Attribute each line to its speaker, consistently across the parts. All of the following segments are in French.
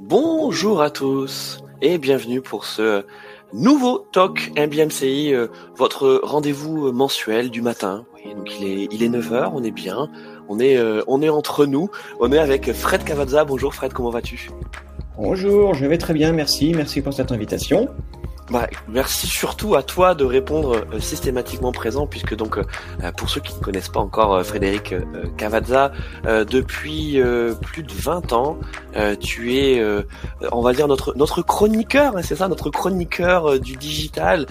Speaker 1: Bonjour à tous et bienvenue pour ce nouveau Talk MBMCI, votre rendez-vous mensuel du matin. Oui, donc il est 9h, on est bien, on est entre nous, on est avec Fred Cavazza. Bonjour Fred, comment vas-tu ?
Speaker 2: Bonjour, je vais très bien, merci pour cette invitation.
Speaker 1: Merci surtout à toi de répondre systématiquement présent, puisque donc pour ceux qui ne connaissent pas encore Frédéric Cavazza, depuis plus de 20 ans, tu es, on va dire notre chroniqueur, hein, c'est ça, notre chroniqueur du digital.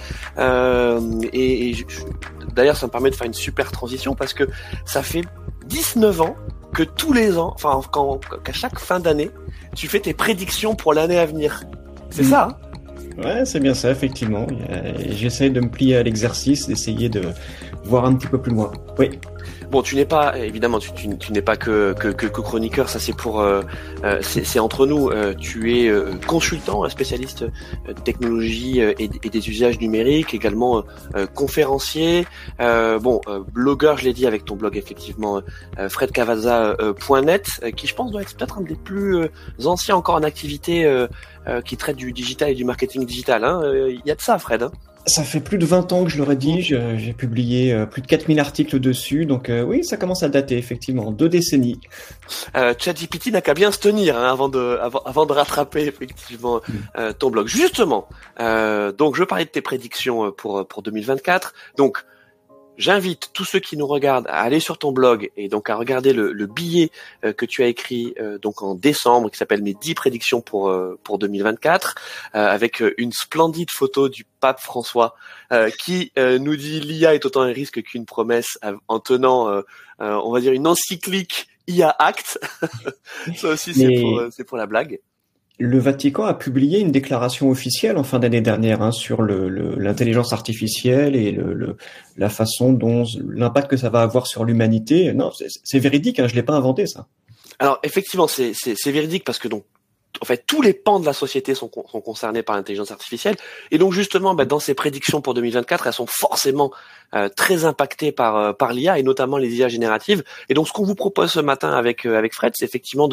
Speaker 1: D'ailleurs, ça me permet de faire une super transition parce que ça fait 19 ans que tous les ans, qu'à chaque fin d'année, tu fais tes prédictions pour l'année à venir. C'est ça, hein ?
Speaker 2: Ouais, c'est bien ça, effectivement. J'essaie de me plier à l'exercice, d'essayer de voir un petit peu plus loin. Oui.
Speaker 1: Bon, tu n'es pas, évidemment, tu n'es pas que chroniqueur, ça c'est pour, c'est entre nous. Tu es consultant, spécialiste de technologie et des usages numériques, également conférencier, blogueur, je l'ai dit, avec ton blog effectivement, fredcavazza.net, qui je pense doit être peut-être un des plus anciens encore en activité, qui traite du digital et du marketing digital. Il y a de ça, Fred. Hein.
Speaker 2: Ça fait plus de 20 ans que je le rédige, j'ai publié plus de 4000 articles dessus, donc oui, ça commence à dater, effectivement, 2 décennies.
Speaker 1: ChatGPT n'a qu'à bien se tenir avant de rattraper effectivement ton blog. Justement, donc je parlais de tes prédictions pour 2024. Donc j'invite tous ceux qui nous regardent à aller sur ton blog et donc à regarder le billet que tu as écrit donc en décembre, qui s'appelle Mes 10 prédictions pour 2024, avec une splendide photo du pape François qui nous dit l'IA est autant un risque qu'une promesse, en tenant on va dire une encyclique IA Act. Ça aussi c'est pour la blague.
Speaker 2: Le Vatican a publié une déclaration officielle en fin d'année dernière sur l'intelligence artificielle et la façon dont l'impact que ça va avoir sur l'humanité. Non, c'est véridique, je l'ai pas inventé ça.
Speaker 1: Alors effectivement, c'est véridique parce que donc en fait tous les pans de la société sont concernés par l'intelligence artificielle et donc justement dans ces prédictions pour 2024, elles sont forcément très impactées par l'IA et notamment les IA génératives. Et donc ce qu'on vous propose ce matin avec Fred, c'est effectivement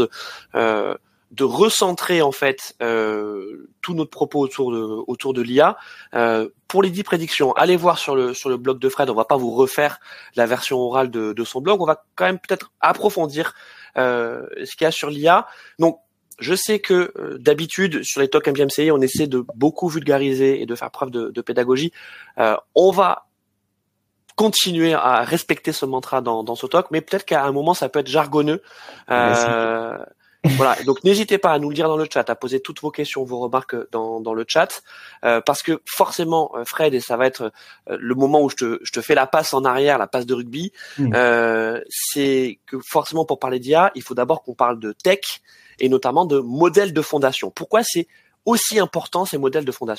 Speaker 1: de recentrer en fait tout notre propos autour de l'IA. Pour les 10 prédictions, allez voir sur le blog de Fred. On va pas vous refaire la version orale de son blog. On va quand même peut-être approfondir ce qu'il y a sur l'IA. Donc je sais que d'habitude sur les talks MBMCI, on essaie de beaucoup vulgariser et de faire preuve de pédagogie. On va continuer à respecter ce mantra dans ce talk, mais peut-être qu'à un moment ça peut être jargonneux. Voilà, donc n'hésitez pas à nous le dire dans le chat, à poser toutes vos questions, vos remarques dans le chat, parce que forcément, Fred, et ça va être le moment où je te fais la passe en arrière, la passe de rugby, c'est que forcément pour parler d'IA, il faut d'abord qu'on parle de tech et notamment de modèles de fondation. Pourquoi c'est aussi important ces modèles de fondation ?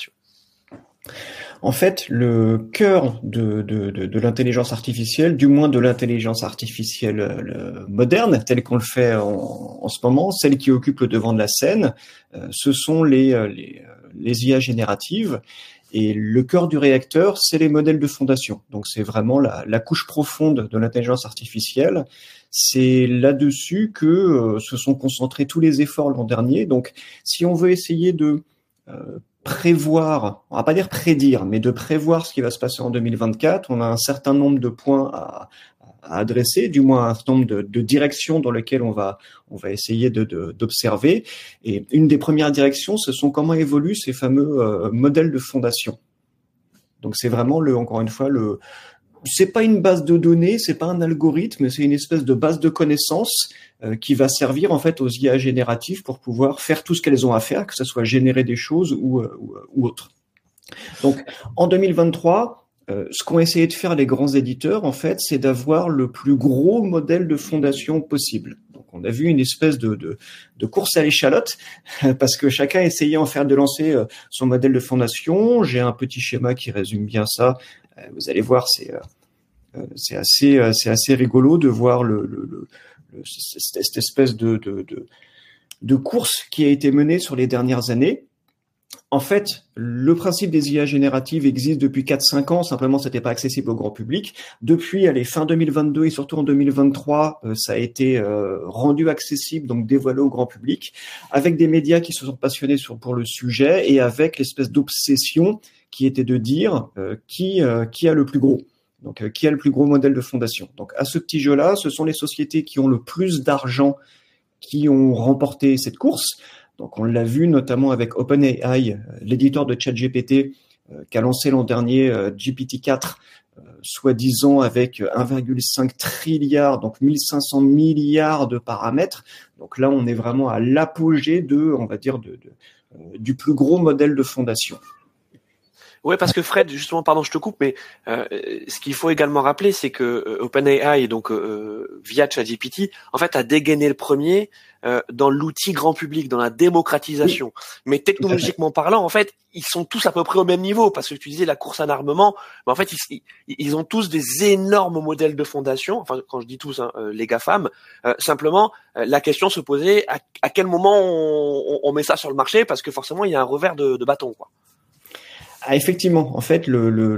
Speaker 2: En fait, le cœur de l'intelligence artificielle, du moins de l'intelligence artificielle moderne, telle qu'on le fait en ce moment, celle qui occupe le devant de la scène, ce sont les IA génératives. Et le cœur du réacteur, c'est les modèles de fondation. Donc c'est vraiment la couche profonde de l'intelligence artificielle. C'est là-dessus que se sont concentrés tous les efforts l'an dernier. Donc si on veut essayer de prévoir, on va pas dire prédire, mais de prévoir ce qui va se passer en 2024, on a un certain nombre de points à adresser, du moins un certain nombre de directions dans lesquelles on va essayer d'observer. Et une des premières directions, ce sont comment évoluent ces fameux modèles de fondation. Donc c'est vraiment encore une fois c'est pas une base de données, c'est pas un algorithme, c'est une espèce de base de connaissances qui va servir en fait aux IA génératives pour pouvoir faire tout ce qu'elles ont à faire, que ce soit générer des choses ou autre. Donc en 2023, ce qu'ont essayé de faire les grands éditeurs en fait, c'est d'avoir le plus gros modèle de fondation possible. Donc on a vu une espèce de course à l'échalote parce que chacun essayait en fait de lancer son modèle de fondation. J'ai un petit schéma qui résume bien ça. Vous allez voir, c'est assez rigolo de voir cette espèce de course qui a été menée sur les dernières années. En fait, le principe des IA génératives existe depuis 4-5 ans, simplement c'était pas accessible au grand public. Depuis fin 2022 et surtout en 2023, ça a été rendu accessible, donc dévoilé au grand public, avec des médias qui se sont passionnés pour le sujet et avec l'espèce d'obsession qui était de dire qui a le plus gros. Donc, qui a le plus gros modèle de fondation. Donc, à ce petit jeu-là, ce sont les sociétés qui ont le plus d'argent qui ont remporté cette course. Donc, on l'a vu notamment avec OpenAI, l'éditeur de ChatGPT, qui a lancé l'an dernier GPT-4, soi-disant avec 1,5 trilliard, donc 1500 milliards de paramètres. Donc là, on est vraiment à l'apogée on va dire, du plus gros modèle de fondation.
Speaker 1: Ouais, parce que Fred, justement, pardon, je te coupe, mais ce qu'il faut également rappeler, c'est que OpenAI, donc via ChatGPT, en fait, a dégainé le premier dans l'outil grand public, dans la démocratisation. Oui. Mais technologiquement parlant, en fait, ils sont tous à peu près au même niveau, parce que tu disais la course à l'armement, mais en fait, ils ont tous des énormes modèles de fondation. Enfin, quand je dis tous, les GAFAM, simplement, la question se posait à quel moment on met ça sur le marché, parce que forcément, il y a un revers de bâton, quoi.
Speaker 2: Ah, effectivement, en fait,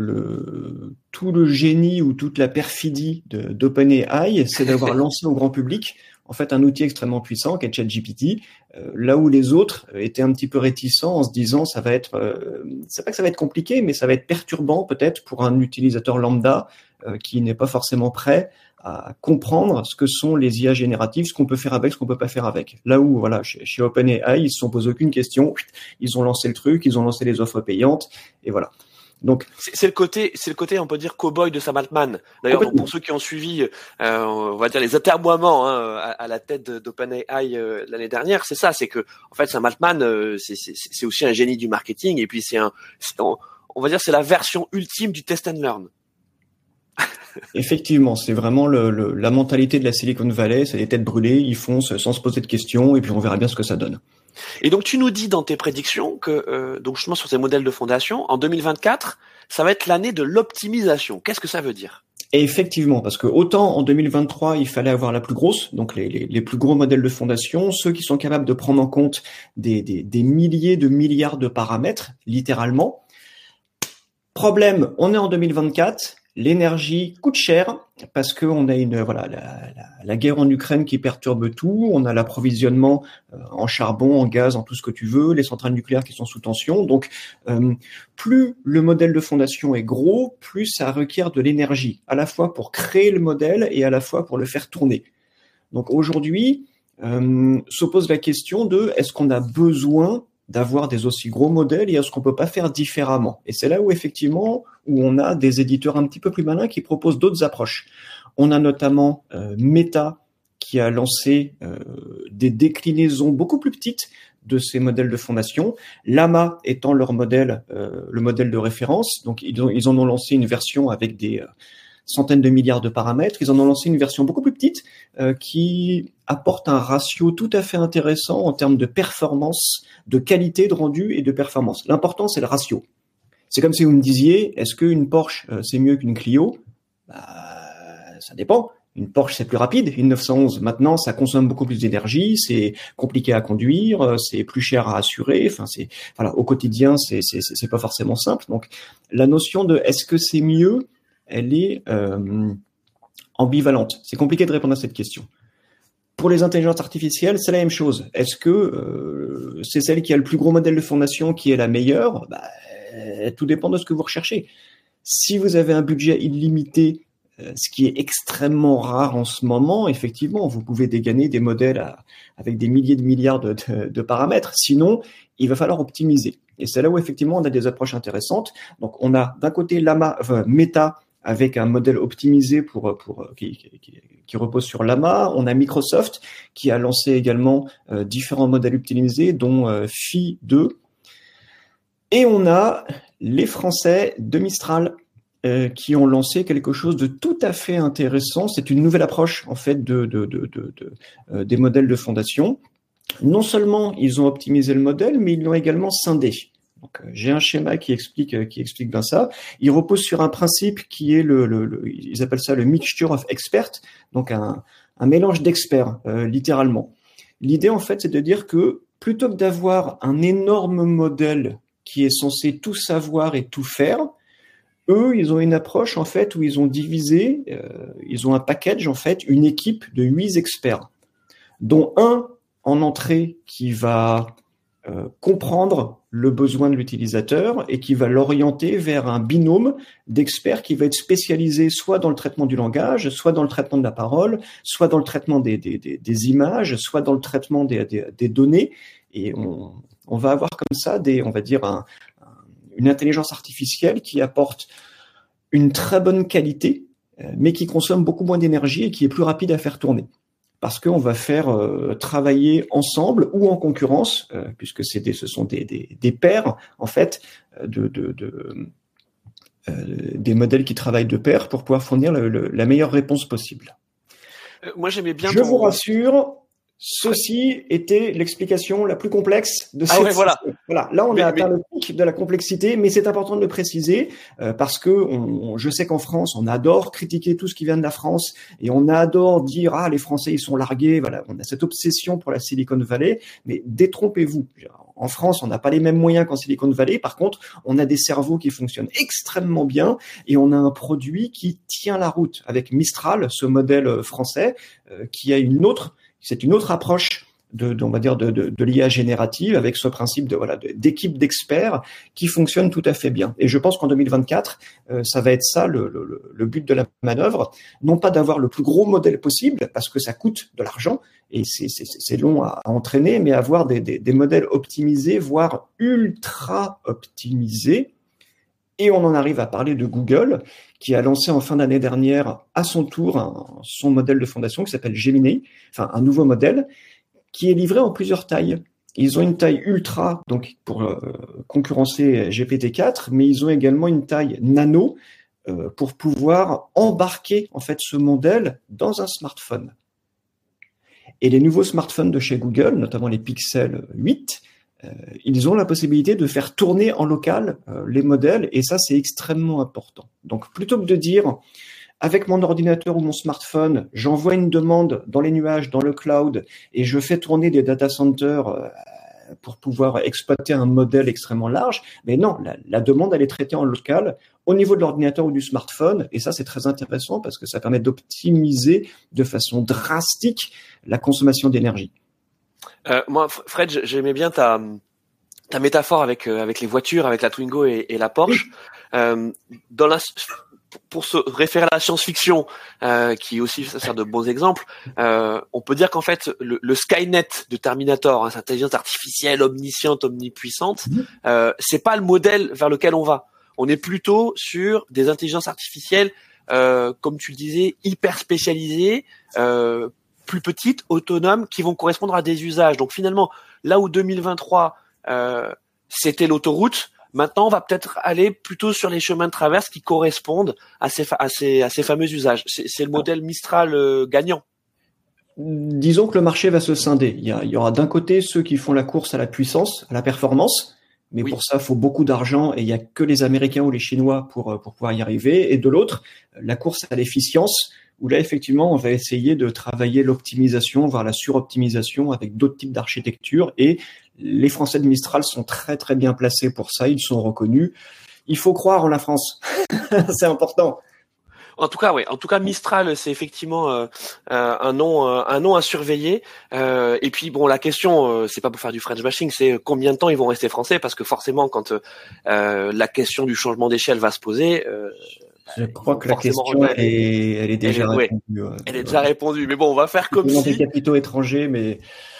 Speaker 2: tout le génie ou toute la perfidie d'OpenAI, c'est d'avoir lancé au grand public en fait un outil extrêmement puissant qui est ChatGPT, là où les autres étaient un petit peu réticents en se disant c'est pas que ça va être compliqué, mais ça va être perturbant peut-être pour un utilisateur lambda qui n'est pas forcément prêt à comprendre ce que sont les IA génératives, ce qu'on peut faire avec, ce qu'on peut pas faire avec. Là où, voilà, chez OpenAI, ils se sont posés aucune question, ils ont lancé le truc, ils ont lancé les offres payantes, et voilà. Donc,
Speaker 1: c'est le côté, on peut dire, cow-boy de Sam Altman. D'ailleurs, pour ceux qui ont suivi, on va dire les atermoiements à la tête d'OpenAI l'année dernière, c'est ça, c'est que, en fait, Sam Altman, c'est aussi un génie du marketing, et puis on va dire, c'est la version ultime du test and learn.
Speaker 2: Effectivement, c'est vraiment la mentalité de la Silicon Valley, c'est des têtes brûlées, ils foncent sans se poser de questions et puis on verra bien ce que ça donne.
Speaker 1: Et donc tu nous dis dans tes prédictions que donc justement sur ces modèles de fondation, en 2024, ça va être l'année de l'optimisation. Qu'est-ce que ça veut dire ?
Speaker 2: Et effectivement, parce que autant en 2023, il fallait avoir la plus grosse, donc les plus gros modèles de fondation, ceux qui sont capables de prendre en compte des milliers de milliards de paramètres, littéralement. Problème, on est en 2024. L'énergie coûte cher parce que on a la guerre en Ukraine qui perturbe tout. On a l'approvisionnement en charbon, en gaz, en tout ce que tu veux, les centrales nucléaires qui sont sous tension. Donc, plus le modèle de fondation est gros, plus ça requiert de l'énergie, à la fois pour créer le modèle et à la fois pour le faire tourner. Donc aujourd'hui, se pose la question de est-ce qu'on a besoin d'avoir des aussi gros modèles et est-ce qu'on peut pas faire différemment? Et c'est là où effectivement, où on a des éditeurs un petit peu plus malins qui proposent d'autres approches. On a notamment Meta qui a lancé des déclinaisons beaucoup plus petites de ces modèles de fondation. Llama étant leur modèle, le modèle de référence. Donc ils en ont lancé une version avec des centaines de milliards de paramètres. Ils en ont lancé une version beaucoup plus petite qui apporte un ratio tout à fait intéressant en termes de performance, de qualité de rendu et de performance. L'important, c'est le ratio. C'est comme si vous me disiez, est-ce qu'une Porsche, c'est mieux qu'une Clio ? Ça dépend. Une Porsche, c'est plus rapide. Une 911, maintenant, ça consomme beaucoup plus d'énergie, c'est compliqué à conduire, c'est plus cher à assurer. Enfin, au quotidien, c'est pas forcément simple. Donc, la notion de est-ce que c'est mieux, elle est ambivalente. C'est compliqué de répondre à cette question. Pour les intelligences artificielles, c'est la même chose. Est-ce que c'est celle qui a le plus gros modèle de fondation qui est la meilleure ? Tout dépend de ce que vous recherchez. Si vous avez un budget illimité, ce qui est extrêmement rare en ce moment, effectivement, vous pouvez dégainer des modèles avec des milliers de milliards de paramètres. Sinon, il va falloir optimiser. Et c'est là où, effectivement, on a des approches intéressantes. Donc, on a d'un côté Meta, avec un modèle optimisé qui repose sur Llama. On a Microsoft qui a lancé également différents modèles optimisés, dont Phi 2. Et on a les Français de Mistral qui ont lancé quelque chose de tout à fait intéressant. C'est une nouvelle approche en fait des modèles de fondation. Non seulement ils ont optimisé le modèle, mais ils l'ont également scindé. Donc, j'ai un schéma qui explique bien ça. Il repose sur un principe qui est ils appellent ça le mixture of experts, donc un mélange d'experts, littéralement. L'idée, en fait, c'est de dire que plutôt que d'avoir un énorme modèle qui est censé tout savoir et tout faire. Eux, ils ont une approche en fait où ils ont divisé, ils ont un package en fait, une équipe de 8 experts, dont un en entrée qui va comprendre le besoin de l'utilisateur et qui va l'orienter vers un binôme d'experts qui va être spécialisé soit dans le traitement du langage, soit dans le traitement de la parole, soit dans le traitement des images, soit dans le traitement des données. Et on va avoir comme ça on va dire une intelligence artificielle qui apporte une très bonne qualité, mais qui consomme beaucoup moins d'énergie et qui est plus rapide à faire tourner. Parce qu'on va faire travailler ensemble ou en concurrence, puisque ce sont des pairs, en fait, des modèles qui travaillent de pair pour pouvoir fournir la meilleure réponse possible.
Speaker 1: Moi, j'aimais bien.
Speaker 2: Je vous rassure, ceci était l'explication la plus complexe de cette
Speaker 1: voilà.
Speaker 2: Voilà. Là, on a atteint le pic de la complexité, mais c'est important de le préciser parce que je sais qu'en France, on adore critiquer tout ce qui vient de la France et on adore dire les Français ils sont largués. Voilà, on a cette obsession pour la Silicon Valley, mais détrompez-vous. En France, on n'a pas les mêmes moyens qu'en Silicon Valley. Par contre, on a des cerveaux qui fonctionnent extrêmement bien et on a un produit qui tient la route avec Mistral, ce modèle français qui a c'est une autre approche on va dire de l'IA générative avec ce principe d'équipe d'experts qui fonctionne tout à fait bien. Et je pense qu'en 2024, ça va être ça le but de la manœuvre, non pas d'avoir le plus gros modèle possible parce que ça coûte de l'argent et c'est long à entraîner, mais avoir des modèles optimisés, voire ultra optimisés. Et on en arrive à parler de Google, qui a lancé en fin d'année dernière, à son tour, son modèle de fondation qui s'appelle Gemini, enfin un nouveau modèle, qui est livré en plusieurs tailles. Ils ont une taille ultra, donc pour concurrencer GPT-4, mais ils ont également une taille nano pour pouvoir embarquer en fait ce modèle dans un smartphone. Et les nouveaux smartphones de chez Google, notamment les Pixel 8, ils ont la possibilité de faire tourner en local les modèles, et ça, c'est extrêmement important. Donc, plutôt que de dire, avec mon ordinateur ou mon smartphone, j'envoie une demande dans les nuages, dans le cloud, et je fais tourner des data centers pour pouvoir exploiter un modèle extrêmement large, mais non, la demande, elle est traitée en local, au niveau de l'ordinateur ou du smartphone, et ça, c'est très intéressant parce que ça permet d'optimiser de façon drastique la consommation d'énergie.
Speaker 1: Moi, Fred, j'aimais bien ta métaphore avec les voitures, avec la Twingo et la Porsche. Pour se référer à la science-fiction, qui aussi sert de bons exemples, on peut dire qu'en fait le Skynet de Terminator, cette intelligence artificielle omnisciente, omnipuissante, c'est pas le modèle vers lequel on va. On est plutôt sur des intelligences artificielles, comme tu le disais, hyper spécialisées, plus petites, autonomes, qui vont correspondre à des usages. Donc finalement, là où 2023 c'était l'autoroute, maintenant on va peut-être aller plutôt sur les chemins de traverse qui correspondent à ces fameux usages. C'est le modèle Mistral gagnant.
Speaker 2: Disons que le marché va se scinder. Il y aura d'un côté ceux qui font la course à la puissance, à la performance, mais pour ça, il faut beaucoup d'argent et il y a que les Américains ou les Chinois pour pouvoir y arriver. Et de l'autre, la course à l'efficience, où là, effectivement, on va essayer de travailler l'optimisation, voire la suroptimisation avec d'autres types d'architecture. Et les Français de Mistral sont très, très bien placés pour ça. Ils sont reconnus. Il faut croire en la France. C'est important.
Speaker 1: En tout cas, En tout cas, Mistral, c'est effectivement un nom à surveiller. Et puis, bon, la question, c'est pas pour faire du French bashing, c'est combien de temps ils vont rester français, parce que forcément, quand la question du changement d'échelle va se poser,
Speaker 2: je crois que la question elle est déjà répondue.
Speaker 1: Elle est déjà répondue. Mais bon, on va faire comme si
Speaker 2: des capitaux étrangers, mais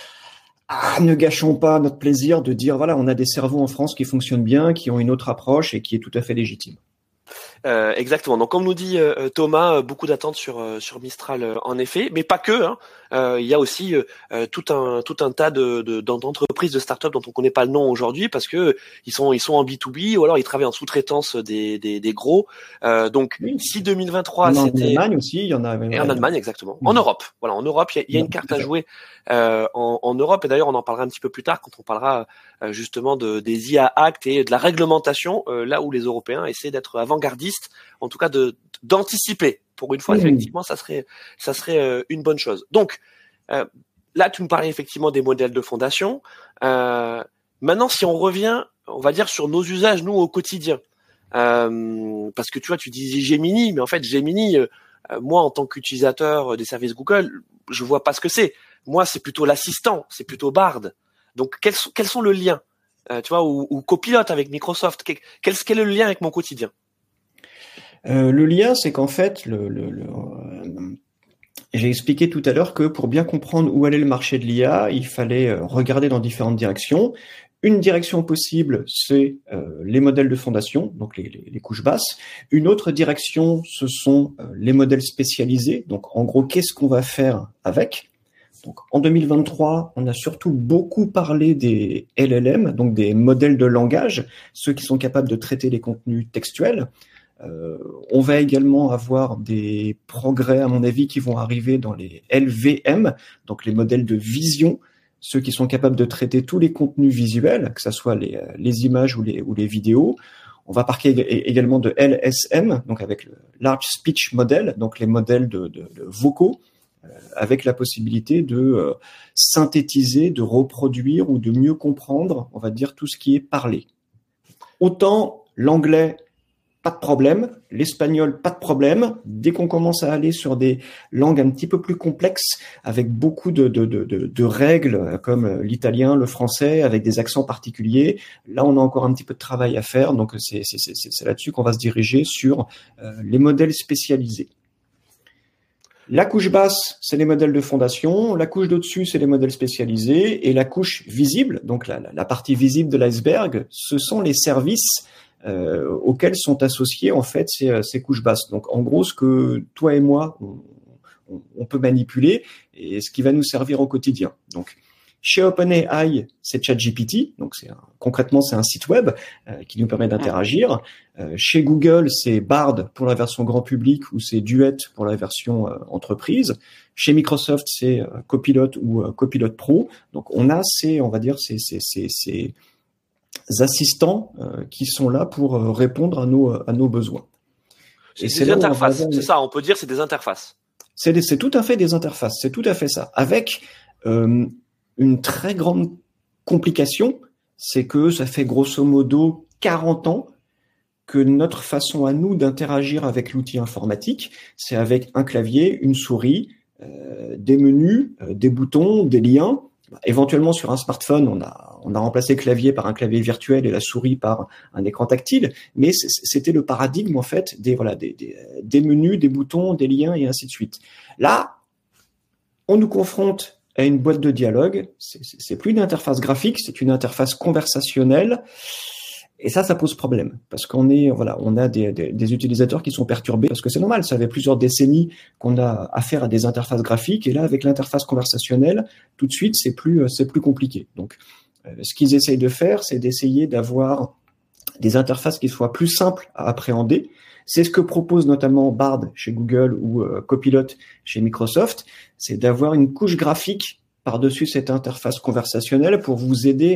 Speaker 2: ne gâchons pas notre plaisir de dire voilà, on a des cerveaux en France qui fonctionnent bien, qui ont une autre approche et qui est tout à fait légitime.
Speaker 1: Exactement. Donc, comme nous dit Thomas, beaucoup d'attentes sur Mistral, en effet, mais pas que. Il y a aussi tout un tas d'entreprises, de startups dont on connaît pas le nom aujourd'hui parce que ils sont en B2B ou alors ils travaillent en sous-traitance des gros. Donc, si 2023 c'était
Speaker 2: en Allemagne aussi, il y en a.
Speaker 1: Et en Allemagne, exactement. En Europe, voilà, en Europe, il y a une carte à jouer en Europe, et d'ailleurs on en parlera un petit peu plus tard quand on parlera justement des IA Act et de la réglementation, là où les Européens essaient d'être avant-gardistes, en tout cas d'anticiper. Pour une fois, effectivement, ça serait une bonne chose. Donc là, tu me parlais effectivement des modèles de fondation. Maintenant, si on revient on va dire, sur nos usages, nous, au quotidien. Parce que tu vois, tu dis Gemini, mais en fait, Gemini, moi, en tant qu'utilisateur des services Google, je vois pas ce que c'est. Moi, c'est plutôt l'assistant, c'est plutôt Bard. Donc, quels sont le lien, tu vois, ou Copilot avec Microsoft. Quel est le lien avec mon quotidien?
Speaker 2: Le lien, c'est qu'en fait, j'ai expliqué tout à l'heure que pour bien comprendre où allait le marché de l'IA, il fallait regarder dans différentes directions. Une direction possible, c'est les modèles de fondation, donc les couches basses. Une autre direction, ce sont les modèles spécialisés. Donc, en gros, qu'est-ce qu'on va faire avec? Donc, en 2023, on a surtout beaucoup parlé des LLM, donc des modèles de langage, ceux qui sont capables de traiter les contenus textuels. On va également avoir des progrès, à mon avis, qui vont arriver dans les LVM, donc les modèles de vision, ceux qui sont capables de traiter tous les contenus visuels, que ce soit les images ou les vidéos. On va parler également de LSM, donc avec le Large Speech Model, donc les modèles de vocaux, avec la possibilité de synthétiser, de reproduire ou de mieux comprendre, on va dire, tout ce qui est parlé. Autant l'anglais, pas de problème, l'espagnol, pas de problème. Dès qu'on commence à aller sur des langues un petit peu plus complexes, avec beaucoup de règles, comme l'italien, le français, avec des accents particuliers, là, on a encore un petit peu de travail à faire. Donc, c'est là-dessus qu'on va se diriger sur les modèles spécialisés. La couche basse, c'est les modèles de fondation. La couche d'au-dessus, c'est les modèles spécialisés. Et la couche visible, donc la partie visible de l'iceberg, ce sont les services auxquels sont associées en fait ces couches basses. Donc en gros, ce que toi et moi on peut manipuler et ce qui va nous servir au quotidien. Donc chez OpenAI, c'est ChatGPT, donc concrètement c'est un site web qui nous permet d'interagir. Chez Google, c'est Bard pour la version grand public ou c'est Duet pour la version entreprise. Chez Microsoft, c'est Copilot ou Copilot Pro. Donc on a ces assistants qui sont là pour répondre à nos besoins.
Speaker 1: Et c'est des interfaces, c'est ça, on peut dire c'est des interfaces.
Speaker 2: C'est tout à fait des interfaces, c'est tout à fait ça. Avec une très grande complication, c'est que ça fait grosso modo 40 ans que notre façon à nous d'interagir avec l'outil informatique, c'est avec un clavier, une souris, des menus, des boutons, des liens. Éventuellement, sur un smartphone, on a remplacé le clavier par un clavier virtuel et la souris par un écran tactile, mais c'était le paradigme, en fait, des menus, des boutons, des liens et ainsi de suite. Là, on nous confronte à une boîte de dialogue. C'est plus une interface graphique, c'est une interface conversationnelle. Et ça pose problème parce on a des utilisateurs qui sont perturbés parce que c'est normal. Ça fait plusieurs décennies qu'on a affaire à des interfaces graphiques et là, avec l'interface conversationnelle, tout de suite, c'est plus compliqué. Donc, ce qu'ils essayent de faire, c'est d'essayer d'avoir des interfaces qui soient plus simples à appréhender. C'est ce que propose notamment Bard chez Google ou Copilot chez Microsoft, c'est d'avoir une couche graphique par-dessus cette interface conversationnelle pour vous aider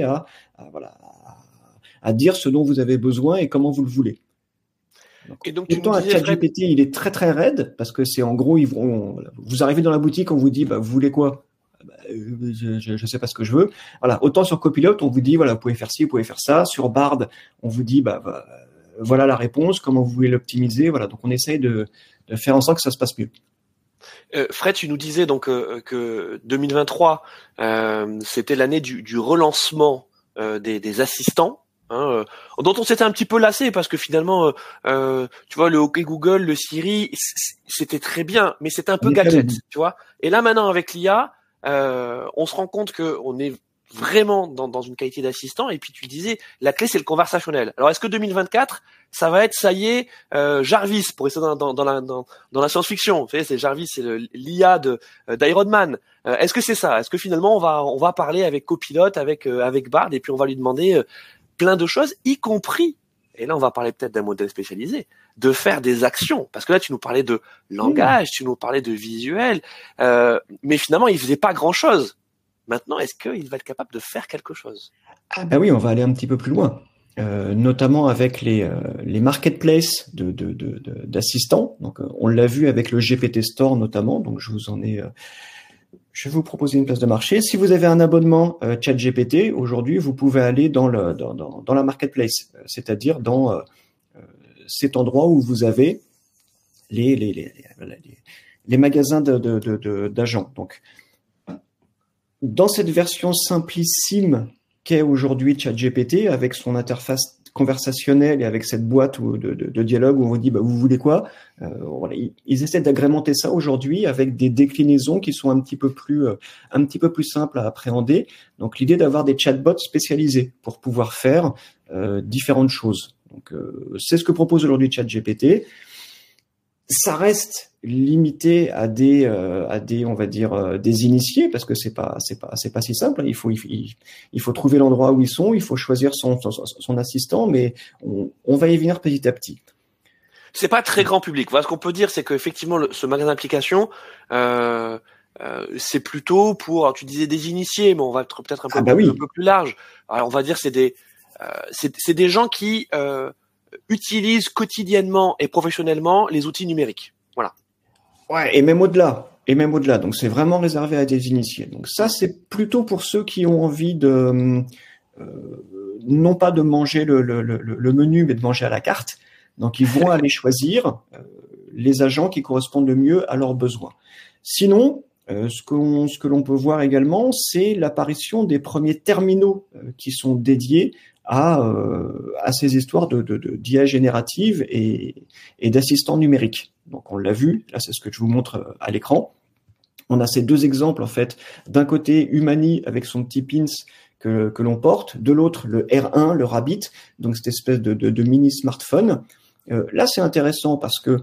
Speaker 2: à dire ce dont vous avez besoin et comment vous le voulez. Donc autant à ChatGPT, il est très très raide parce que c'est en gros, vous arrivez dans la boutique, on vous dit, vous voulez quoi? Je sais pas ce que je veux. Voilà. Autant sur Copilot, on vous dit, voilà, vous pouvez faire ci, vous pouvez faire ça. Sur Bard, on vous dit, voilà la réponse, comment vous voulez l'optimiser. Voilà. Donc on essaye de faire en sorte que ça se passe mieux.
Speaker 1: Fred, tu nous disais donc que 2023, c'était l'année du relancement des assistants. Dont on s'était un petit peu lassé parce que finalement, tu vois, le OK Google, le Siri, c'était très bien, mais c'était un peu gadget, tu vois. Et là maintenant avec l'IA, on se rend compte que on est vraiment dans une qualité d'assistant. Et puis tu disais, la clé c'est le conversationnel. Alors est-ce que 2024, ça va être, ça y est, Jarvis pour rester dans la science-fiction. Tu sais, c'est Jarvis, c'est l'IA d'Iron Man. Est-ce que c'est ça? Est-ce que finalement on va parler avec Copilot, avec Bard, et puis on va lui demander plein de choses, y compris, et là on va parler peut-être d'un modèle spécialisé, de faire des actions. Parce que là tu nous parlais de langage, tu nous parlais de visuel, mais finalement il faisait pas grand-chose. Maintenant, est-ce qu'il va être capable de faire quelque chose?
Speaker 2: Ah oui, on va aller un petit peu plus loin, notamment avec les marketplaces d'assistants. Donc on l'a vu avec le GPT Store notamment. Donc je je vais vous proposer une place de marché. Si vous avez un abonnement ChatGPT, aujourd'hui, vous pouvez aller dans la marketplace, c'est-à-dire dans cet endroit où vous avez les magasins d'agents. Donc, dans cette version simplissime qu'est aujourd'hui ChatGPT, avec son interface conversationnelle et avec cette boîte de dialogue où on vous dit vous voulez quoi, voilà, ils essaient d'agrémenter ça aujourd'hui avec des déclinaisons qui sont un petit peu plus simples à appréhender. Donc l'idée d'avoir des chatbots spécialisés pour pouvoir faire différentes choses. Donc c'est ce que propose aujourd'hui ChatGPT. Ça reste limité à des on va dire des initiés, parce que c'est pas si simple. Il faut trouver l'endroit où ils sont, il faut choisir son assistant, mais on va y venir petit à petit.
Speaker 1: C'est pas très grand public. Voilà, ce qu'on peut dire, c'est qu'effectivement ce magasin d'applications c'est plutôt pour, alors, tu disais des initiés, mais on va être peut-être un peu plus large. Alors on va dire c'est des gens qui utilisent quotidiennement et professionnellement les outils numériques. Voilà.
Speaker 2: Ouais, et même au-delà. Donc c'est vraiment réservé à des initiés. Donc ça, c'est plutôt pour ceux qui ont envie de non pas de manger le menu, mais de manger à la carte. Donc ils vont aller choisir les agents qui correspondent le mieux à leurs besoins. Sinon, ce que l'on peut voir également, c'est l'apparition des premiers terminaux qui sont dédiés à ces histoires d'IA générative et d'assistants numériques. Donc on l'a vu, là c'est ce que je vous montre à l'écran. On a ces deux exemples en fait. D'un côté, Humani avec son petit pins que l'on porte, de l'autre le R1, le Rabbit, donc cette espèce de mini smartphone. Là c'est intéressant parce que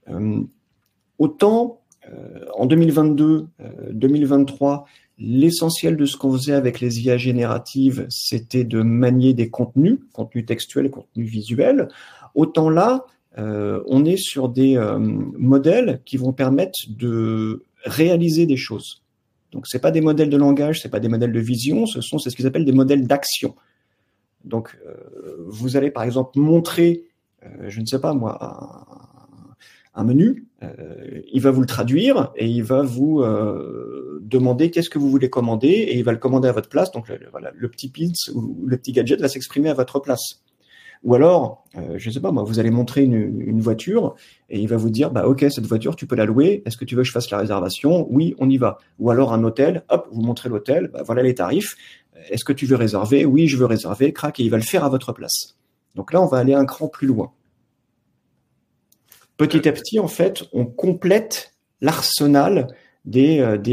Speaker 2: autant en 2022, 2023, l'essentiel de ce qu'on faisait avec les IA génératives, c'était de manier des contenus textuels, contenus visuels. Autant là, on est sur des modèles qui vont permettre de réaliser des choses. Donc, c'est pas des modèles de langage, c'est pas des modèles de vision, c'est ce qu'ils appellent des modèles d'action. Donc, vous allez par exemple montrer, je ne sais pas moi, un menu, il va vous le traduire et il va vous demander qu'est-ce que vous voulez commander et il va le commander à votre place. Donc voilà, le petit pins ou le petit gadget va s'exprimer à votre place. Ou alors, je ne sais pas moi, vous allez montrer une voiture et il va vous dire ok, cette voiture tu peux la louer. Est-ce que tu veux que je fasse la réservation? Oui, on y va. Ou alors un hôtel, hop, vous montrez l'hôtel, voilà les tarifs. Est-ce que tu veux réserver? Oui, je veux réserver. Crac, et il va le faire à votre place. Donc là, on va aller un cran plus loin. Petit à petit, en fait, on complète l'arsenal des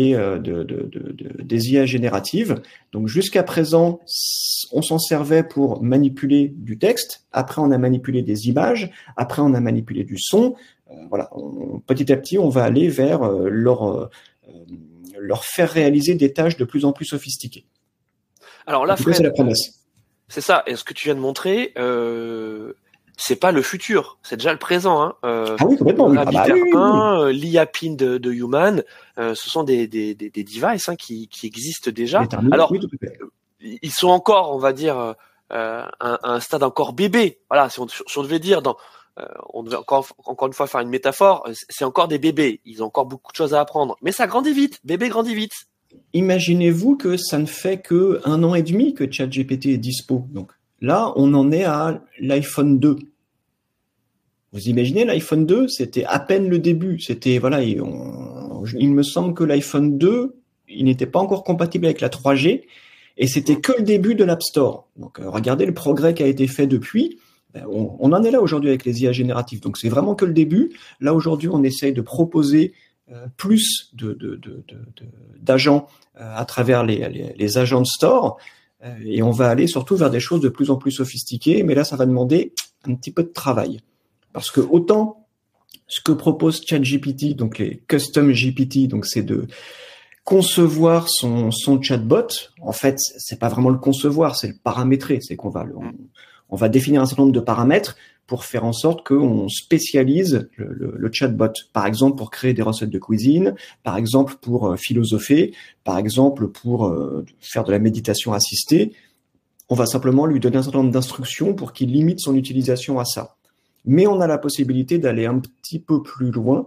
Speaker 2: IA génératives. Donc, jusqu'à présent, on s'en servait pour manipuler du texte. Après, on a manipulé des images. Après, on a manipulé du son. Voilà. Petit à petit, on va aller vers leur faire réaliser des tâches de plus en plus sophistiquées.
Speaker 1: Alors là,
Speaker 2: Fred, c'est la promesse.
Speaker 1: C'est ça. Et ce que tu viens de montrer, c'est pas le futur, c'est déjà le présent. Hein.
Speaker 2: Ah oui, complètement. Oui.
Speaker 1: L'IA Pin de Human, ce sont des devices qui existent déjà. Alors,
Speaker 2: oui, tout à fait.
Speaker 1: Ils sont encore, on va dire, un stade encore bébé. Voilà, si on devait dire, on devait encore une fois faire une métaphore, c'est encore des bébés. Ils ont encore beaucoup de choses à apprendre, mais ça grandit vite. Bébé grandit vite.
Speaker 2: Imaginez-vous que ça ne fait que 1 an et demi que ChatGPT est dispo. Donc là, on en est à l'iPhone 2. Vous imaginez, l'iPhone 2, c'était à peine le début. C'était, voilà, il me semble que l'iPhone 2, il n'était pas encore compatible avec la 3G et c'était que le début de l'App Store. Donc, regardez le progrès qui a été fait depuis. On en est là aujourd'hui avec les IA génératives. Donc, c'est vraiment que le début. Là, aujourd'hui, on essaye de proposer plus d'agents à travers les agents de store. Et on va aller surtout vers des choses de plus en plus sophistiquées, mais là, ça va demander un petit peu de travail. Parce que autant ce que propose ChatGPT, donc les custom GPT, donc c'est de concevoir son chatbot. En fait, c'est pas vraiment le concevoir, c'est le paramétrer. C'est qu'on va on va définir un certain nombre de paramètres pour faire en sorte qu'on spécialise le chatbot. Par exemple, pour créer des recettes de cuisine, par exemple pour philosopher, par exemple pour faire de la méditation assistée. On va simplement lui donner un certain nombre d'instructions pour qu'il limite son utilisation à ça. Mais on a la possibilité d'aller un petit peu plus loin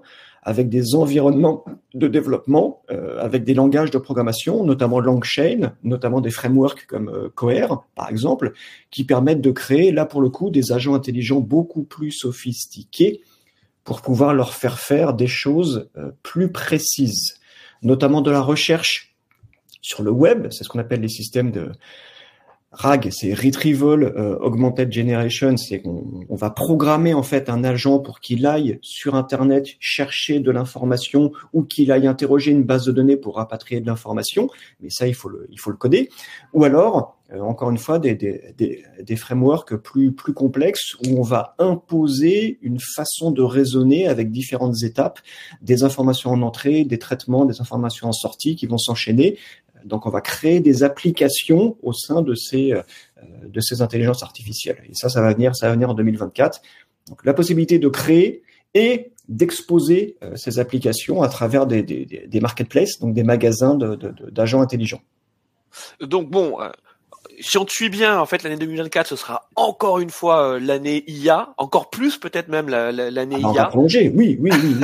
Speaker 2: avec des environnements de développement, avec des langages de programmation, notamment LangChain, notamment des frameworks comme Cohere, par exemple, qui permettent de créer, là pour le coup, des agents intelligents beaucoup plus sophistiqués pour pouvoir leur faire des choses plus précises, notamment de la recherche sur le web. C'est ce qu'on appelle les systèmes de RAG, c'est Retrieval Augmented Generation, c'est qu'on va programmer en fait un agent pour qu'il aille sur Internet chercher de l'information ou qu'il aille interroger une base de données pour rapatrier de l'information, mais ça il faut le coder. Ou alors, encore une fois, des frameworks plus complexes où on va imposer une façon de raisonner avec différentes étapes, des informations en entrée, des traitements, des informations en sortie qui vont s'enchaîner. Donc, on va créer des applications au sein de ces intelligences artificielles. Et ça va venir en 2024. Donc, la possibilité de créer et d'exposer ces applications à travers des marketplaces, donc des magasins d'agents intelligents.
Speaker 1: Donc, bon, si on te suit bien, en fait, l'année 2024, ce sera encore une fois l'année IA, encore plus peut-être même l'année IA.
Speaker 2: On va prolonger, oui.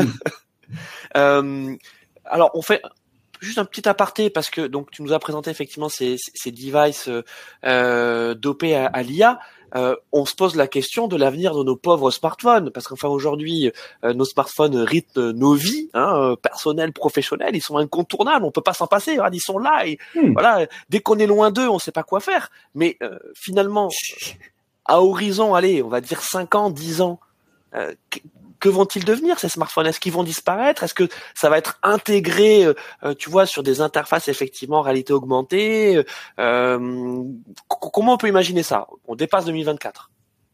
Speaker 1: Alors, on fait juste un petit aparté parce que donc tu nous as présenté effectivement ces devices dopés à l'IA. On se pose la question de l'avenir de nos pauvres smartphones parce qu'enfin aujourd'hui nos smartphones rythment nos vies, personnelles, professionnelles, ils sont incontournables, on peut pas s'en passer, ils sont là et voilà, dès qu'on est loin d'eux, on sait pas quoi faire. Mais finalement, à horizon, allez, on va dire 5 ans, 10 ans, que vont-ils devenir ces smartphones? Est-ce qu'ils vont disparaître? Est-ce que ça va être intégré, tu vois, sur des interfaces effectivement en réalité augmentée? Comment on peut imaginer ça? On dépasse 2024.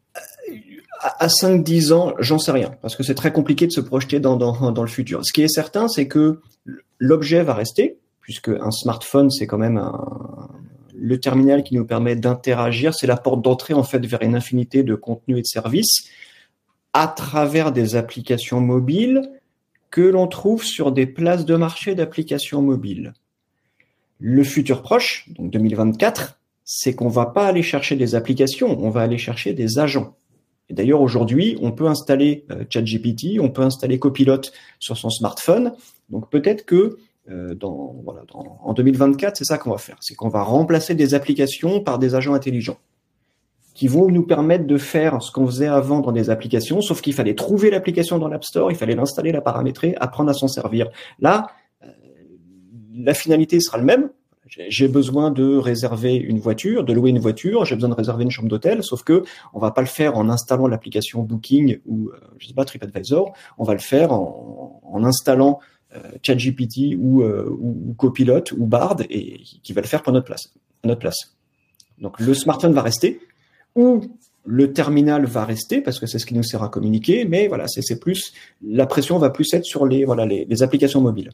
Speaker 2: À 5-10 ans, j'en sais rien, parce que c'est très compliqué de se projeter dans le futur. Ce qui est certain, c'est que l'objet va rester, puisque un smartphone, c'est quand même le terminal qui nous permet d'interagir, c'est la porte d'entrée en fait vers une infinité de contenus et de services, à travers des applications mobiles que l'on trouve sur des places de marché d'applications mobiles. Le futur proche, donc 2024, c'est qu'on va pas aller chercher des applications, on va aller chercher des agents. Et d'ailleurs, aujourd'hui, on peut installer ChatGPT, on peut installer Copilot sur son smartphone. Donc peut-être que en 2024, c'est ça qu'on va faire. C'est qu'on va remplacer des applications par des agents intelligents qui vont nous permettre de faire ce qu'on faisait avant dans des applications, sauf qu'il fallait trouver l'application dans l'App Store, il fallait l'installer, la paramétrer, apprendre à s'en servir. Là, la finalité sera le même. J'ai besoin de réserver une voiture, de louer une voiture, j'ai besoin de réserver une chambre d'hôtel, sauf que on va pas le faire en installant l'application Booking ou TripAdvisor, on va le faire en installant ChatGPT ou Copilot ou Bard et qui va le faire pour notre place. Donc le smartphone va rester, ou le terminal va rester parce que c'est ce qui nous sert à communiquer, mais voilà, c'est plus la pression va plus être sur les applications mobiles.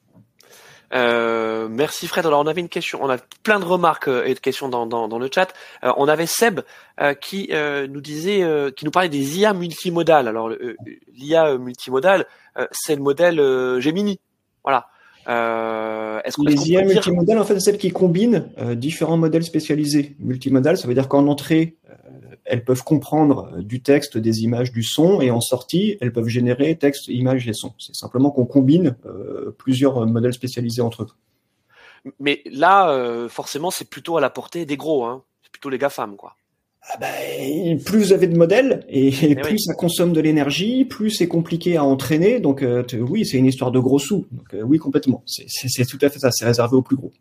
Speaker 1: Merci Fred. Alors on avait une question, on a plein de remarques et de questions dans le chat. On avait Seb qui nous disait, qui nous parlait des IA multimodales. Alors l'IA multimodale, c'est le modèle Gemini. Voilà.
Speaker 2: Les IA multimodales, en fait, c'est celles qui combinent différents modèles spécialisés. Multimodales, ça veut dire qu'en entrée, elles peuvent comprendre du texte, des images, du son, et en sortie, elles peuvent générer texte, images et sons. C'est simplement qu'on combine plusieurs modèles spécialisés entre eux.
Speaker 1: Mais là, forcément, c'est plutôt à la portée des gros, c'est plutôt les GAFAM, quoi.
Speaker 2: Plus vous avez de modèles et plus ça consomme de l'énergie, plus c'est compliqué à entraîner. Donc oui, c'est une histoire de gros sous. Donc oui, complètement. C'est tout à fait ça. C'est réservé aux plus gros.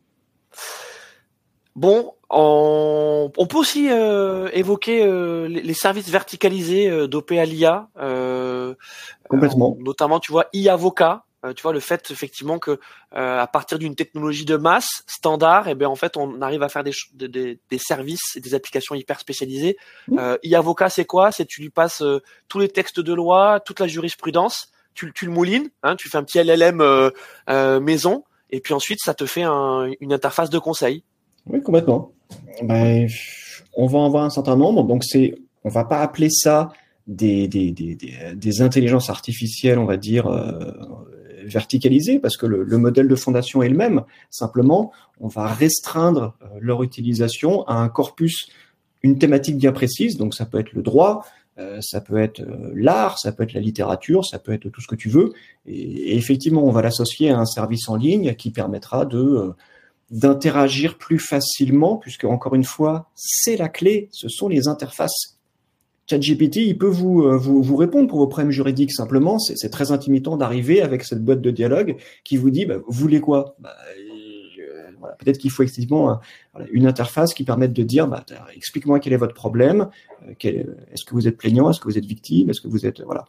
Speaker 1: Bon, on peut aussi évoquer les services verticalisés dopés à l'IA.
Speaker 2: Complètement.
Speaker 1: Notamment, tu vois, e-avocat. Tu vois, le fait effectivement que à partir d'une technologie de masse standard, en fait on arrive à faire des services et des applications hyper spécialisées. E-avocat, c'est quoi? C'est tu lui passes tous les textes de loi, toute la jurisprudence, tu le moulines, tu fais un petit LLM maison, et puis ensuite ça te fait une interface de conseil.
Speaker 2: Oui, complètement. On va en voir un certain nombre, donc on va pas appeler ça des intelligences artificielles, on va dire verticalisées, parce que le modèle de fondation est le même. Simplement, on va restreindre leur utilisation à un corpus, une thématique bien précise. Donc, ça peut être le droit, ça peut être l'art, ça peut être la littérature, ça peut être tout ce que tu veux. Et effectivement, on va l'associer à un service en ligne qui permettra d'interagir plus facilement, puisque encore une fois, c'est la clé, ce sont les interfaces. ChatGPT, il peut vous répondre pour vos problèmes juridiques simplement. C'est très intimidant d'arriver avec cette boîte de dialogue qui vous dit, vous voulez quoi? Voilà, peut-être qu'il faut effectivement une interface qui permette de dire, explique-moi quel est votre problème, est-ce que vous êtes plaignant, est-ce que vous êtes victime, est-ce que vous êtes voilà.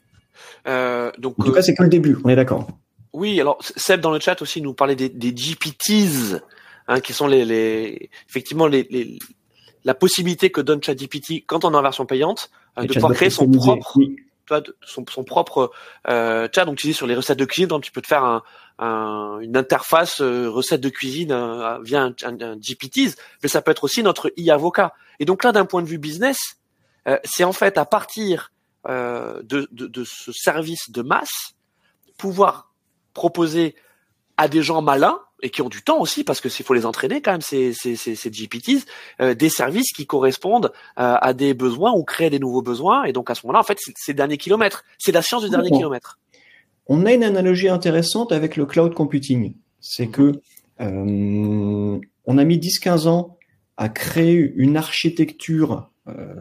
Speaker 1: Donc,
Speaker 2: en tout cas, c'est que le début. On est d'accord.
Speaker 1: Oui, alors Seb dans le chat aussi nous parlait des GPTs, qui sont effectivement la possibilité que donne ChatGPT quand on est en version payante de pouvoir créer son propre, son propre chat. Donc tu dis sur les recettes de cuisine, donc tu peux te faire une interface recette de cuisine via un GPTs, mais ça peut être aussi notre e-avocat. Et donc là, d'un point de vue business, c'est en fait à partir de ce service de masse pouvoir proposer à des gens malins et qui ont du temps aussi, parce que s'il faut les entraîner quand même, ces GPTs, des services qui correspondent à des besoins ou créer des nouveaux besoins. Et donc à ce moment-là, en fait, c'est le dernier kilomètre. C'est la science du dernier kilomètre.
Speaker 2: On a une analogie intéressante avec le cloud computing. C'est que on a mis 10-15 ans à créer une architecture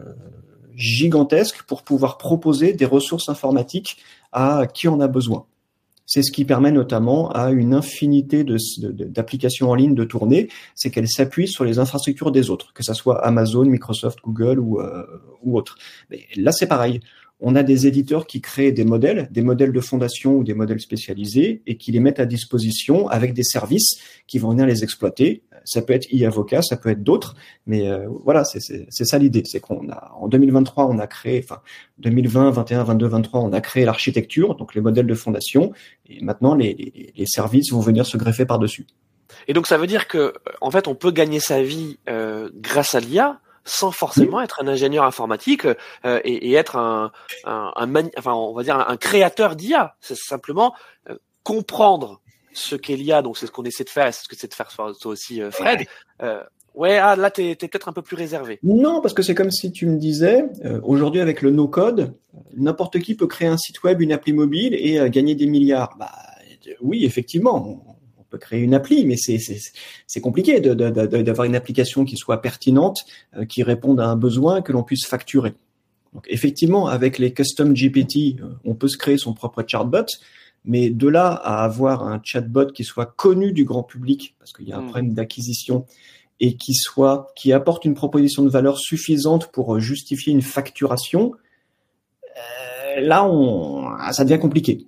Speaker 2: gigantesque pour pouvoir proposer des ressources informatiques à qui en a besoin. C'est ce qui permet notamment à une infinité d'applications en ligne de tourner, c'est qu'elles s'appuient sur les infrastructures des autres, que ça soit Amazon, Microsoft, Google ou autres. Mais là, c'est pareil. On a des éditeurs qui créent des modèles de fondation ou des modèles spécialisés et qui les mettent à disposition avec des services qui vont venir les exploiter. Ça peut être e-avocat, ça peut être d'autres, mais voilà, c'est ça l'idée. C'est en 2023, on a créé, 2020, 21, 22, 23, on a créé l'architecture, donc les modèles de fondation, et maintenant les services vont venir se greffer par-dessus.
Speaker 1: Et donc ça veut dire que, en fait, on peut gagner sa vie grâce à l'IA, sans forcément être un ingénieur informatique et être on va dire un créateur d'IA. C'est simplement comprendre ce qu'est l'IA, donc c'est ce qu'on essaie de faire, et c'est ce que c'est de faire toi aussi, Fred. Là t'es peut-être un peu plus réservé.
Speaker 2: Non, parce que c'est comme si tu me disais, aujourd'hui avec le no-code, n'importe qui peut créer un site web, une appli mobile et gagner des milliards. Oui, effectivement. On peut créer une appli, mais c'est compliqué d'avoir une application qui soit pertinente, qui réponde à un besoin, que l'on puisse facturer. Donc effectivement, avec les custom GPT, on peut se créer son propre chatbot, mais de là à avoir un chatbot qui soit connu du grand public, parce qu'il y a un problème d'acquisition, et qui apporte une proposition de valeur suffisante pour justifier une facturation, là ça devient compliqué.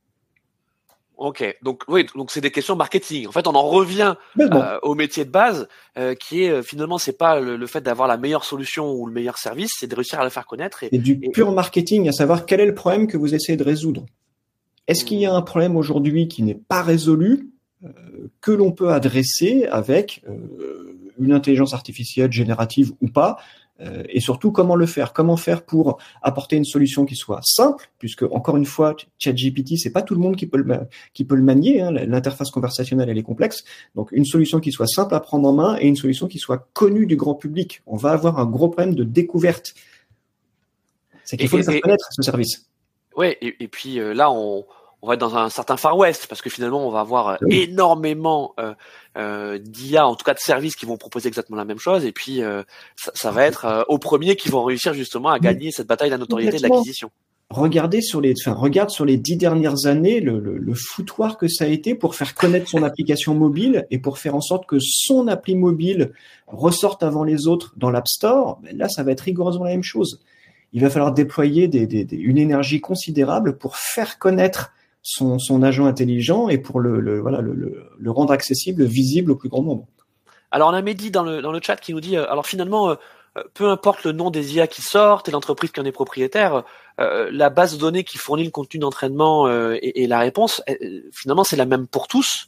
Speaker 1: Ok, donc c'est des questions marketing. En fait, on en revient au métier de base, qui est finalement, c'est pas le fait d'avoir la meilleure solution ou le meilleur service, c'est de réussir à le faire connaître.
Speaker 2: C'est du pur marketing, à savoir quel est le problème que vous essayez de résoudre. Est-ce qu'il y a un problème aujourd'hui qui n'est pas résolu, que l'on peut adresser avec une intelligence artificielle générative ou pas? Et surtout, comment le faire? Comment faire pour apporter une solution qui soit simple, puisque encore une fois, ChatGPT, c'est pas tout le monde qui peut le manier. L'interface conversationnelle, elle est complexe. Donc, une solution qui soit simple à prendre en main et une solution qui soit connue du grand public. On va avoir un gros problème de découverte. C'est qu'il faut le faire connaître, ce service.
Speaker 1: Ouais, et puis là, on va être dans un certain Far West, parce que finalement, on va avoir énormément d'IA, en tout cas de services qui vont proposer exactement la même chose, et puis ça va être aux premiers qui vont réussir justement à gagner cette bataille de la notoriété et de l'acquisition.
Speaker 2: Regarde sur les 10 dernières années le foutoir que ça a été pour faire connaître son application mobile et pour faire en sorte que son appli mobile ressorte avant les autres dans l'App Store. Là, ça va être rigoureusement la même chose. Il va falloir déployer une énergie considérable pour faire connaître son agent intelligent et pour le rendre accessible, visible au plus grand nombre.
Speaker 1: Alors on a Mehdi dans le chat qui nous dit alors finalement peu importe le nom des IA qui sortent et l'entreprise qui en est propriétaire, la base de données qui fournit le contenu d'entraînement et la réponse, finalement c'est la même pour tous.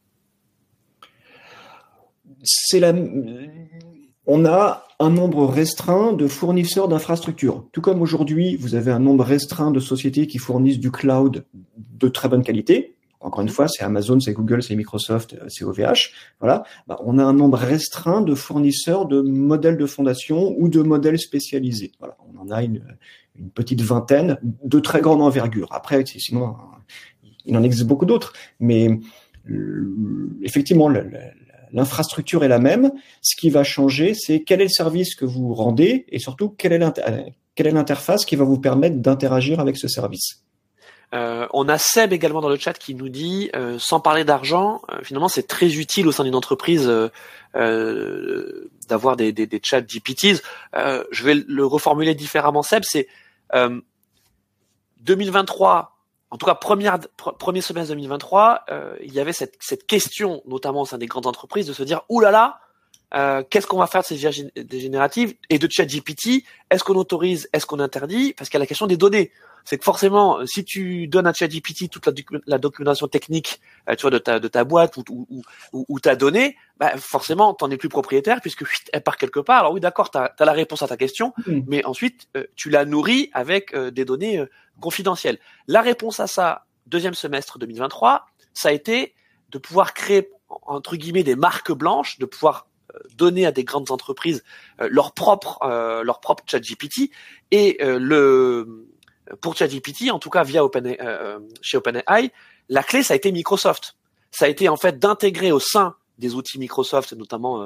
Speaker 2: On a un nombre restreint de fournisseurs d'infrastructures. Tout comme aujourd'hui, vous avez un nombre restreint de sociétés qui fournissent du cloud de très bonne qualité. encore une fois, c'est Amazon, c'est Google, c'est Microsoft, c'est OVH. Voilà, on a un nombre restreint de fournisseurs de modèles de fondation ou de modèles spécialisés. Voilà, on en a une petite vingtaine de très grande envergure. Après, sinon, il en existe beaucoup d'autres, mais effectivement, l'infrastructure est la même. Ce qui va changer, c'est quel est le service que vous rendez et surtout quelle est l'interface qui va vous permettre d'interagir avec ce service.
Speaker 1: On a Seb également dans le chat qui nous dit, sans parler d'argent, finalement c'est très utile au sein d'une entreprise d'avoir des chats GPTs. Je vais le reformuler différemment, Seb. C'est 2023, en tout cas premier semestre 2023, il y avait cette question, notamment au sein des grandes entreprises, de se dire ouh là là, qu'est-ce qu'on va faire de ces IA génératives et de ChatGPT? Est-ce qu'on autorise, est-ce qu'on interdit? Parce qu'il y a la question des données. C'est que forcément, si tu donnes à ChatGPT toute la documentation technique, tu vois, de ta boîte ou ta donnée, forcément, t'en es plus propriétaire puisque elle part quelque part. Alors oui, d'accord, t'as la réponse à ta question, mais ensuite, tu la nourris avec des données confidentielles. La réponse à ça, deuxième semestre 2023, ça a été de pouvoir créer, entre guillemets, des marques blanches, de pouvoir donner à des grandes entreprises leur propre ChatGPT et pour ChatGPT, en tout cas via chez OpenAI, la clé ça a été Microsoft. Ça a été en fait d'intégrer au sein des outils Microsoft, notamment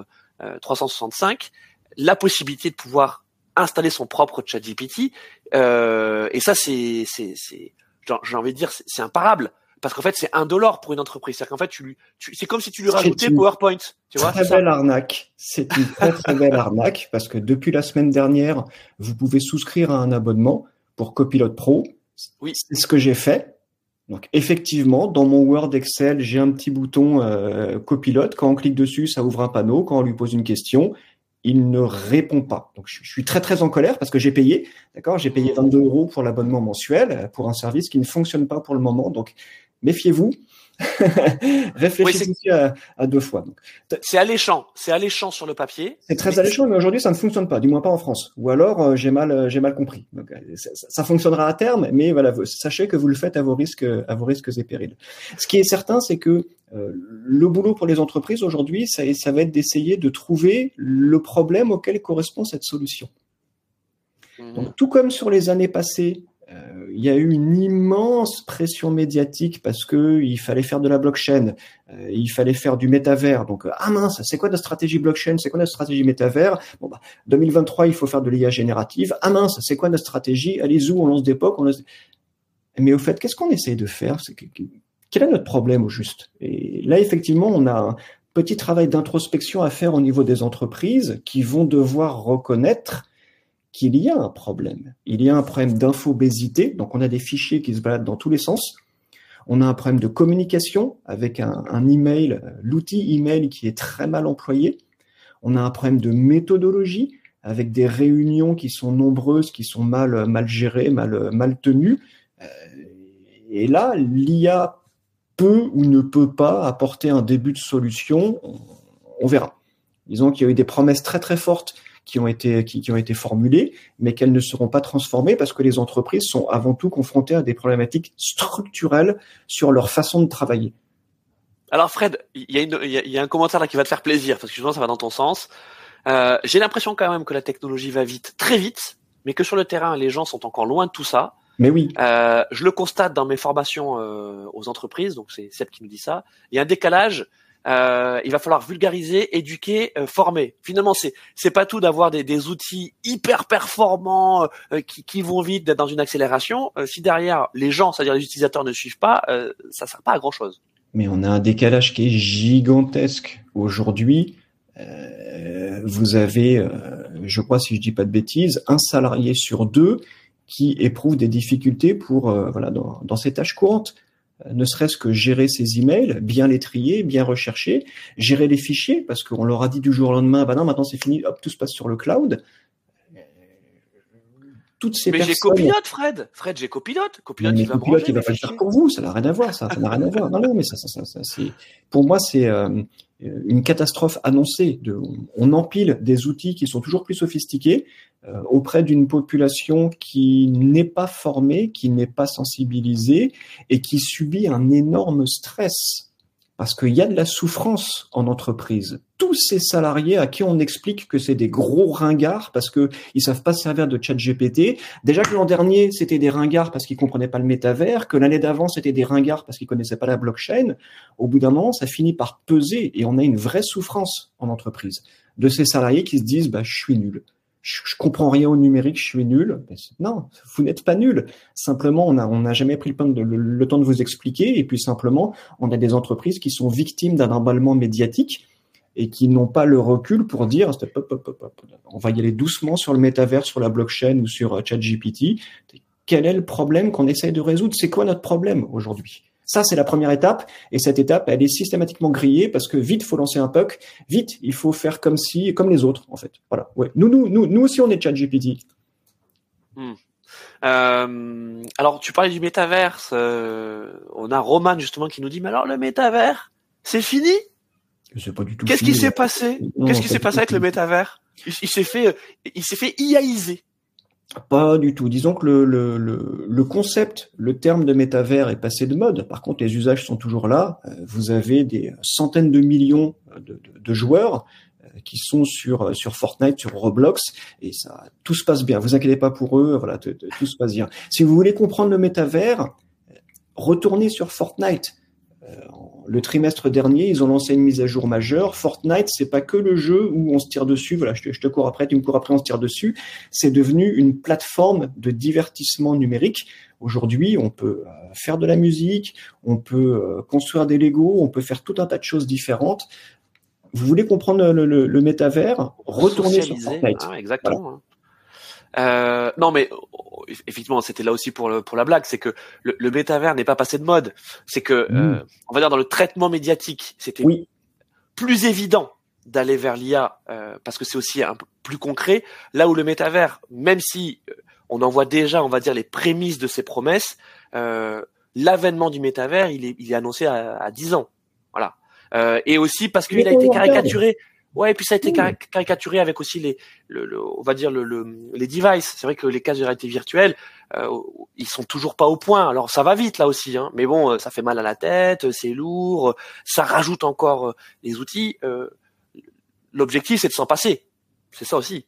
Speaker 1: 365, la possibilité de pouvoir installer son propre ChatGPT. Et ça c'est j'ai envie de dire c'est imparable. Parce qu'en fait, c'est $1 pour une entreprise. C'est-à-dire qu'en fait, c'est comme si tu lui rajoutais PowerPoint. Tu vois,
Speaker 2: très belle arnaque. C'est une très, très belle arnaque parce que depuis la semaine dernière, vous pouvez souscrire à un abonnement pour Copilot Pro.
Speaker 1: Oui.
Speaker 2: C'est ce que j'ai fait. Donc, effectivement, dans mon Word Excel, j'ai un petit bouton Copilot. Quand on clique dessus, ça ouvre un panneau. Quand on lui pose une question, il ne répond pas. Donc, je suis très, très en colère parce que j'ai payé. D'accord? J'ai payé 22 € pour l'abonnement mensuel pour un service qui ne fonctionne pas pour le moment. Donc, méfiez-vous. Réfléchissez à deux fois. Donc,
Speaker 1: c'est alléchant sur le papier.
Speaker 2: C'est très alléchant, mais aujourd'hui ça ne fonctionne pas, du moins pas en France. Ou alors j'ai mal compris. Donc, ça fonctionnera à terme, mais voilà, sachez que vous le faites à vos risques et périls. Ce qui est certain, c'est que le boulot pour les entreprises aujourd'hui, ça va être d'essayer de trouver le problème auquel correspond cette solution. Donc, tout comme sur les années passées. Il y a eu une immense pression médiatique parce que il fallait faire de la blockchain, il fallait faire du métavers. Donc, mince, c'est quoi notre stratégie blockchain? C'est quoi notre stratégie métavers? 2023, il faut faire de l'IA générative. Mince, c'est quoi notre stratégie? Allez-y, on lance des POC. Mais au fait, qu'est-ce qu'on essaie de faire? Quel est notre problème au juste? Et là, effectivement, on a un petit travail d'introspection à faire au niveau des entreprises qui vont devoir reconnaître qu'il y a un problème. Il y a un problème d'infobésité, donc on a des fichiers qui se baladent dans tous les sens. On a un problème de communication avec un email, l'outil email qui est très mal employé. On a un problème de méthodologie avec des réunions qui sont nombreuses, qui sont mal gérées, mal tenues. Et là, l'IA peut ou ne peut pas apporter un début de solution. On verra. Disons qu'il y a eu des promesses très très fortes qui ont été formulées, mais qu'elles ne seront pas transformées parce que les entreprises sont avant tout confrontées à des problématiques structurelles sur leur façon de travailler.
Speaker 1: Alors Fred, il y a un commentaire là qui va te faire plaisir parce que justement ça va dans ton sens. J'ai l'impression quand même que la technologie va vite, très vite, mais que sur le terrain les gens sont encore loin de tout ça.
Speaker 2: Mais oui.
Speaker 1: Je le constate dans mes formations aux entreprises, donc c'est Seb qui nous dit ça. Il y a un décalage. Il va falloir vulgariser, éduquer, former. Finalement, c'est pas tout d'avoir des outils hyper performants qui vont vite, d'être dans une accélération. Si derrière les gens, c'est-à-dire les utilisateurs, ne suivent pas, ça sert pas à grand chose.
Speaker 2: Mais on a un décalage qui est gigantesque aujourd'hui. Vous avez, je crois, si je dis pas de bêtises, 1 salarié sur 2 qui éprouve des difficultés pour dans ses tâches courantes. Ne serait-ce que gérer ses emails, bien les trier, bien rechercher, gérer les fichiers, parce qu'on leur a dit du jour au lendemain, non, maintenant c'est fini, hop, tout se passe sur le cloud. Toutes ces personnes...
Speaker 1: j'ai Copilote, Fred, j'ai Copilote.
Speaker 2: Copilote, il va pas le faire pour vous, ça n'a rien à voir, ça n'a rien à voir. Non, mais ça c'est, pour moi, c'est une catastrophe annoncée. On empile des outils qui sont toujours plus sophistiqués, auprès d'une population qui n'est pas formée, qui n'est pas sensibilisée et qui subit un énorme stress. Parce qu'il y a de la souffrance en entreprise. Tous ces salariés à qui on explique que c'est des gros ringards parce que ils savent pas se servir de ChatGPT. Déjà que l'an dernier, c'était des ringards parce qu'ils comprenaient pas le métavers, que l'année d'avant, c'était des ringards parce qu'ils connaissaient pas la blockchain. Au bout d'un moment, ça finit par peser et on a une vraie souffrance en entreprise de ces salariés qui se disent, je suis nul. Je comprends rien au numérique, je suis nul. Non, vous n'êtes pas nul. Simplement, on n'a jamais pris le temps de vous expliquer. Et puis simplement, on a des entreprises qui sont victimes d'un emballement médiatique et qui n'ont pas le recul pour dire on va y aller doucement sur le métavers, sur la blockchain ou sur ChatGPT. Quel est le problème qu'on essaye de résoudre? C'est quoi notre problème aujourd'hui? Ça, c'est la première étape. Et cette étape, elle est systématiquement grillée parce que vite, faut lancer un POC. Vite, il faut faire comme les autres, en fait. Voilà. Ouais. Nous aussi, on est ChatGPT.
Speaker 1: Alors, tu parlais du métaverse. On a Roman, justement, qui nous dit, mais alors, le métavers, c'est fini?
Speaker 2: C'est pas du tout
Speaker 1: Qu'est-ce qui s'est passé? Qu'est-ce qui s'est passé avec le métavers? Il s'est fait IAiser.
Speaker 2: Pas du tout. Disons que le concept, le terme de métavers est passé de mode. Par contre, les usages sont toujours là. Vous avez des centaines de millions de joueurs qui sont sur Fortnite, sur Roblox, et ça, tout se passe bien. Vous inquiétez pas pour eux. Voilà, tout se passe bien. Si vous voulez comprendre le métavers, retournez sur Fortnite. Le trimestre dernier, ils ont lancé une mise à jour majeure. Fortnite, c'est pas que le jeu où on se tire dessus. Voilà, je te cours après, tu me cours après, on se tire dessus. C'est devenu une plateforme de divertissement numérique. Aujourd'hui, on peut faire de la musique, on peut construire des Legos, on peut faire tout un tas de choses différentes. Vous voulez comprendre le métavers? Retournez sur Fortnite.
Speaker 1: Ah, exactement. Voilà. Non, mais effectivement, c'était là aussi pour la blague, c'est que le métavers n'est pas passé de mode. C'est que, on va dire, dans le traitement médiatique, c'était plus évident d'aller vers l'IA parce que c'est aussi un peu plus concret. Là où le métavers, même si on en voit déjà, on va dire, les prémices de ses promesses, l'avènement du métavers, il est annoncé à 10 ans. Voilà. Et aussi parce qu'il a été caricaturé. Ouais, et puis ça a été caricaturé avec aussi on va dire les devices. C'est vrai que les casques de réalité virtuelle, ils sont toujours pas au point. Alors ça va vite là aussi, hein. Mais bon, ça fait mal à la tête, c'est lourd, ça rajoute encore les outils. L'objectif, c'est de s'en passer. C'est ça aussi.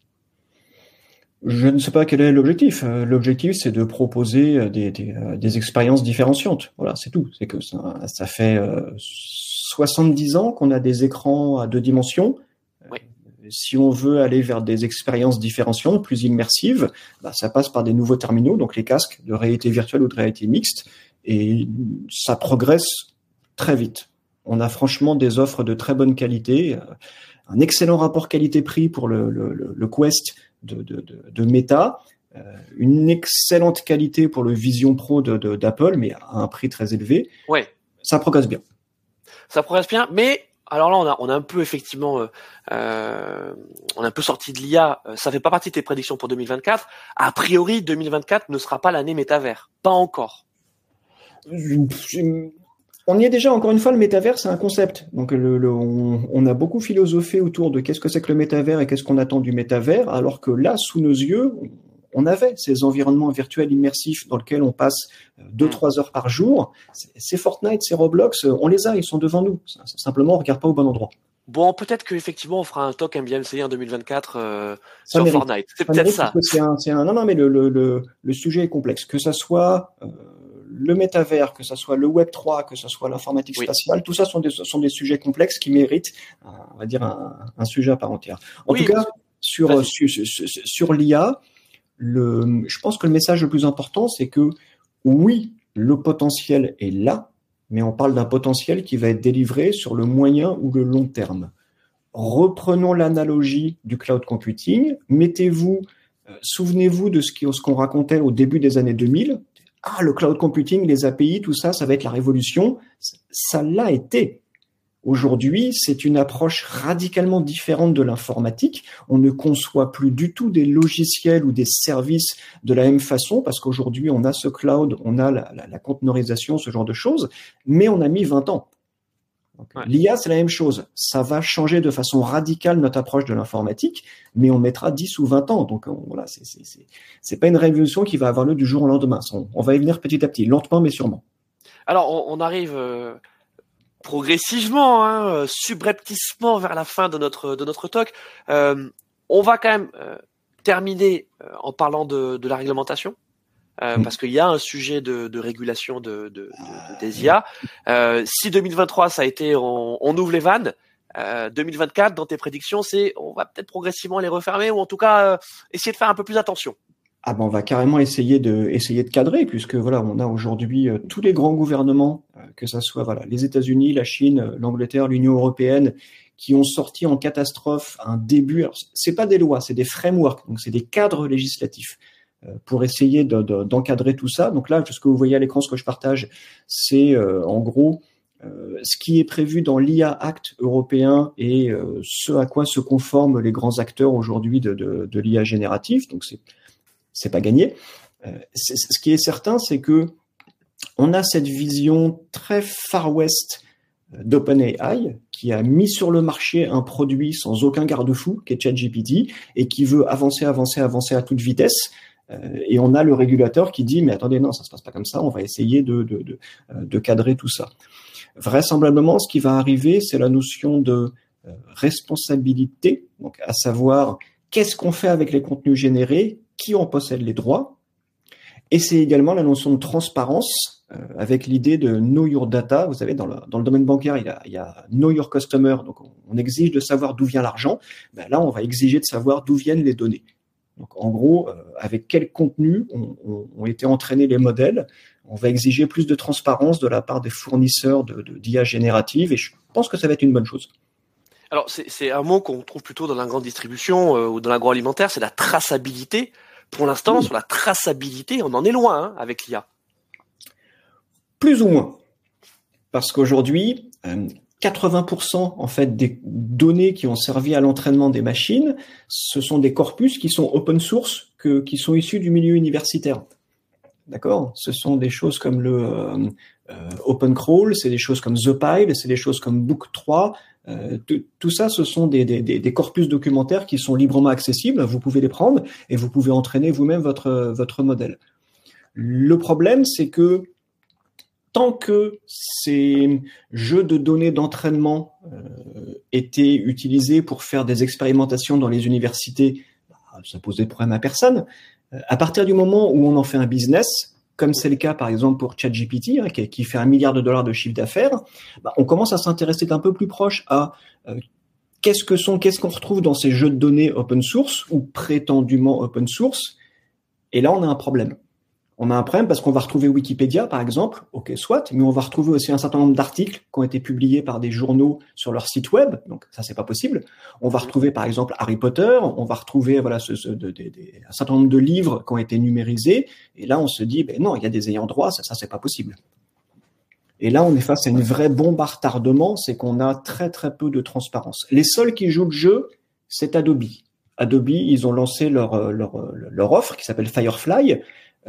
Speaker 2: Je ne sais pas quel est l'objectif. L'objectif, c'est de proposer des expériences différenciantes. Voilà, c'est tout. C'est que ça fait 70 ans qu'on a des écrans à 2 dimensions. Oui. Si on veut aller vers des expériences différenciantes, plus immersives, ça passe par des nouveaux terminaux, donc les casques de réalité virtuelle ou de réalité mixte, et ça progresse très vite. On a franchement des offres de très bonne qualité, un excellent rapport qualité-prix pour le Quest de Meta, une excellente qualité pour le Vision Pro d'Apple, mais à un prix très élevé.
Speaker 1: Ouais.
Speaker 2: Ça progresse bien.
Speaker 1: Ça progresse bien, mais alors là, on a un peu effectivement, on a un peu sorti de l'IA. Ça fait pas partie de tes prédictions pour 2024. A priori, 2024 ne sera pas l'année métavers, pas encore.
Speaker 2: On y est déjà. Encore une fois, le métavers, c'est un concept. Donc, on a beaucoup philosophé autour de qu'est-ce que c'est que le métavers et qu'est-ce qu'on attend du métavers, alors que là, sous nos yeux, on avait ces environnements virtuels immersifs dans lesquels on passe 2-3 heures par jour. C'est Fortnite, c'est Roblox, on les a, ils sont devant nous. Simplement, on ne regarde pas au bon endroit.
Speaker 1: Bon, peut-être qu'effectivement, on fera un talk MBMC en 2024 sur Fortnite. C'est peut-être ça.
Speaker 2: Non, mais le sujet est complexe. Que ça soit le métavers, que ça soit le Web 3, que ça soit l'informatique spatiale, tout ça sont des sujets complexes qui méritent, on va dire, un sujet à part entière. En tout cas, sur l'IA, je pense que le message le plus important, c'est que oui, le potentiel est là, mais on parle d'un potentiel qui va être délivré sur le moyen ou le long terme. Reprenons l'analogie du cloud computing. Souvenez-vous de ce qu'on racontait au début des années 2000. Ah, le cloud computing, les API, tout ça, ça va être la révolution. Ça l'a été. Aujourd'hui, c'est une approche radicalement différente de l'informatique. On ne conçoit plus du tout des logiciels ou des services de la même façon parce qu'aujourd'hui, on a ce cloud, on a la conteneurisation, ce genre de choses, mais on a mis 20 ans.
Speaker 1: Ouais.
Speaker 2: L'IA, c'est la même chose. Ça va changer de façon radicale notre approche de l'informatique, mais on mettra 10 ou 20 ans. Donc voilà, c'est pas une révolution qui va avoir lieu du jour au lendemain. On va y venir petit à petit, lentement mais sûrement.
Speaker 1: Alors, on arrive progressivement, subrepticement vers la fin de notre talk. On va quand même terminer en parlant de la réglementation. Parce qu'il y a un sujet de régulation des IA. Si 2023 ça a été on ouvre les vannes, 2024 dans tes prédictions c'est on va peut-être progressivement les refermer ou en tout cas essayer de faire un peu plus attention.
Speaker 2: Ah ben on va carrément essayer de cadrer, puisque voilà, on a aujourd'hui tous les grands gouvernements, que ça soit voilà les États-Unis, la Chine, l'Angleterre, l'Union européenne, qui ont sorti en catastrophe un début. Alors, c'est pas des lois, c'est des frameworks, donc c'est des cadres législatifs pour essayer d'encadrer tout ça. Donc là, ce que vous voyez à l'écran, ce que je partage, c'est en gros ce qui est prévu dans l'IA Act européen et ce à quoi se conforment les grands acteurs aujourd'hui de l'IA générative. Donc c'est pas gagné. Ce qui est certain, c'est que on a cette vision très Far West d'OpenAI qui a mis sur le marché un produit sans aucun garde-fou, qui est ChatGPT, et qui veut avancer à toute vitesse. Et on a le régulateur qui dit mais attendez, non, ça se passe pas comme ça, on va essayer de cadrer tout ça. Vraisemblablement, ce qui va arriver, c'est la notion de responsabilité, donc à savoir qu'est-ce qu'on fait avec les contenus générés, qui en possède les droits, et c'est également la notion de transparence avec l'idée de know your data. Vous savez, dans le domaine bancaire, il y a know your customer, donc on exige de savoir d'où vient l'argent. Ben là, on va exiger de savoir d'où viennent les données. Donc, en gros, avec quel contenu ont été entraînés les modèles, on va exiger plus de transparence de la part des fournisseurs d'IA générative, et je pense que ça va être une bonne chose.
Speaker 1: Alors, c'est un mot qu'on trouve plutôt dans la grande distribution ou dans l'agroalimentaire, c'est la traçabilité. Pour l'instant, sur la traçabilité, on en est loin avec l'IA.
Speaker 2: Plus ou moins. Parce qu'aujourd'hui, 80% en fait des données qui ont servi à l'entraînement des machines, ce sont des corpus qui sont open source, qui sont issus du milieu universitaire. D'accord ? Ce sont des choses comme le OpenCrawl, c'est des choses comme ThePile, c'est des choses comme Book3. Tout ça, ce sont des corpus documentaires qui sont librement accessibles. Vous pouvez les prendre et vous pouvez entraîner vous-même votre modèle. Le problème, c'est que tant que ces jeux de données d'entraînement étaient utilisés pour faire des expérimentations dans les universités, ça posait de problème à personne. À partir du moment où on en fait un business, comme c'est le cas par exemple pour ChatGPT, qui fait $1 milliard de chiffre d'affaires, on commence à s'intéresser d'un peu plus proche à qu'est-ce qu'on retrouve dans ces jeux de données open source ou prétendument open source. Et là, on a un problème. On a un problème parce qu'on va retrouver Wikipédia, par exemple, ok, soit, mais on va retrouver aussi un certain nombre d'articles qui ont été publiés par des journaux sur leur site web, donc ça, c'est pas possible. On va retrouver, par exemple, Harry Potter, on va retrouver un certain nombre de livres qui ont été numérisés, et là, on se dit, non, il y a des ayants droit, ça, c'est pas possible. Et là, on est face à une vraie bombe à retardement, c'est qu'on a très, très peu de transparence. Les seuls qui jouent le jeu, c'est Adobe. Adobe, ils ont lancé leur offre qui s'appelle Firefly.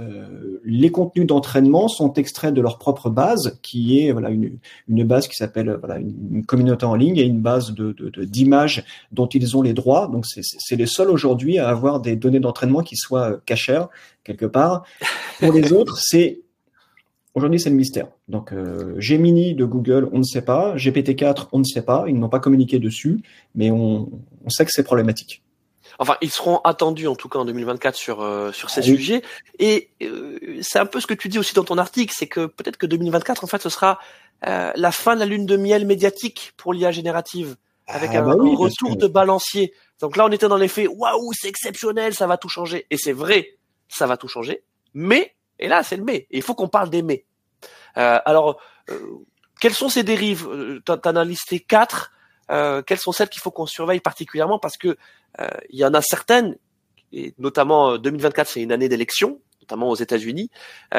Speaker 2: Les contenus d'entraînement sont extraits de leur propre base, qui est une base qui s'appelle une communauté en ligne et une base d'images dont ils ont les droits. Donc c'est les seuls aujourd'hui à avoir des données d'entraînement qui soient cachères quelque part. Pour les autres, aujourd'hui c'est le mystère. Donc Gemini de Google, on ne sait pas. GPT-4, on ne sait pas. Ils n'ont pas communiqué dessus, mais on sait que c'est problématique.
Speaker 1: Enfin, ils seront attendus en tout cas en 2024 sur ces sujets. Et c'est un peu ce que tu dis aussi dans ton article, c'est que peut-être que 2024, en fait, ce sera la fin de la lune de miel médiatique pour l'IA générative, avec un retour de balancier. Donc là, on était dans l'effet waouh, c'est exceptionnel, ça va tout changer. Et c'est vrai, ça va tout changer. Mais, et là, c'est le mais. Et il faut qu'on parle des mais. Alors, quelles sont ces dérives ? T'en as listé 4. Quelles sont celles qu'il faut qu'on surveille particulièrement parce que il y en a certaines, et notamment 2024, c'est une année d'élection, notamment aux États-Unis.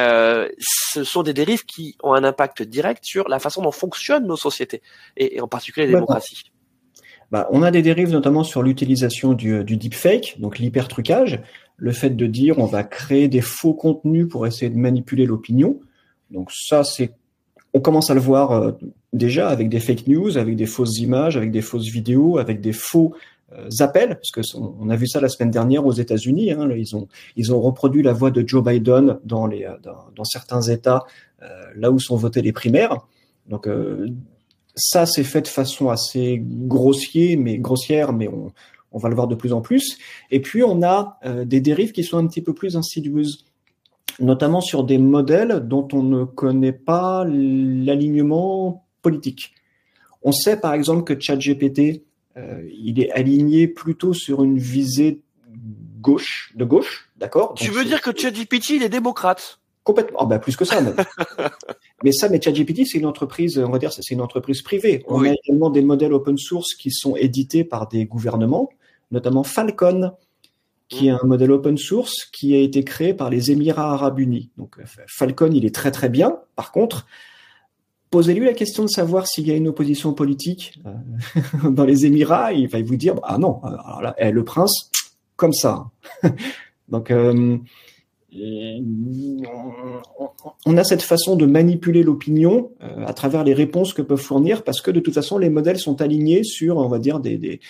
Speaker 1: Ce sont des dérives qui ont un impact direct sur la façon dont fonctionnent nos sociétés et en particulier les démocraties.
Speaker 2: On a des dérives notamment sur l'utilisation du deepfake, donc l'hypertrucage, le fait de dire on va créer des faux contenus pour essayer de manipuler l'opinion. Donc ça, c'est On commence à le voir déjà avec des fake news, avec des fausses images, avec des fausses vidéos, avec des faux appels, parce que on a vu ça la semaine dernière aux États-Unis. Hein, ils ont reproduit la voix de Joe Biden dans certains États là où sont votées les primaires. Donc ça, c'est fait de façon assez grossière, mais on va le voir de plus en plus. Et puis on a des dérives qui sont un petit peu plus insidieuses, notamment sur des modèles dont on ne connaît pas l'alignement politique. On sait par exemple que ChatGPT, il est aligné plutôt sur une visée de gauche, d'accord ?
Speaker 1: Tu veux dire que ChatGPT, il est démocrate ?
Speaker 2: Complètement. Ah ben plus que ça même. mais ChatGPT, c'est une entreprise, on va dire, c'est une entreprise privée. On a également des modèles open source qui sont édités par des gouvernements, notamment Falcon, qui est un modèle open source qui a été créé par les Émirats Arabes Unis. Donc Falcon, il est très très bien. Par contre, posez-lui la question de savoir s'il y a une opposition politique dans les Émirats, il va vous dire ah non, alors là, le prince, comme ça. Donc on a cette façon de manipuler l'opinion à travers les réponses que peuvent fournir, parce que de toute façon les modèles sont alignés sur, on va dire, des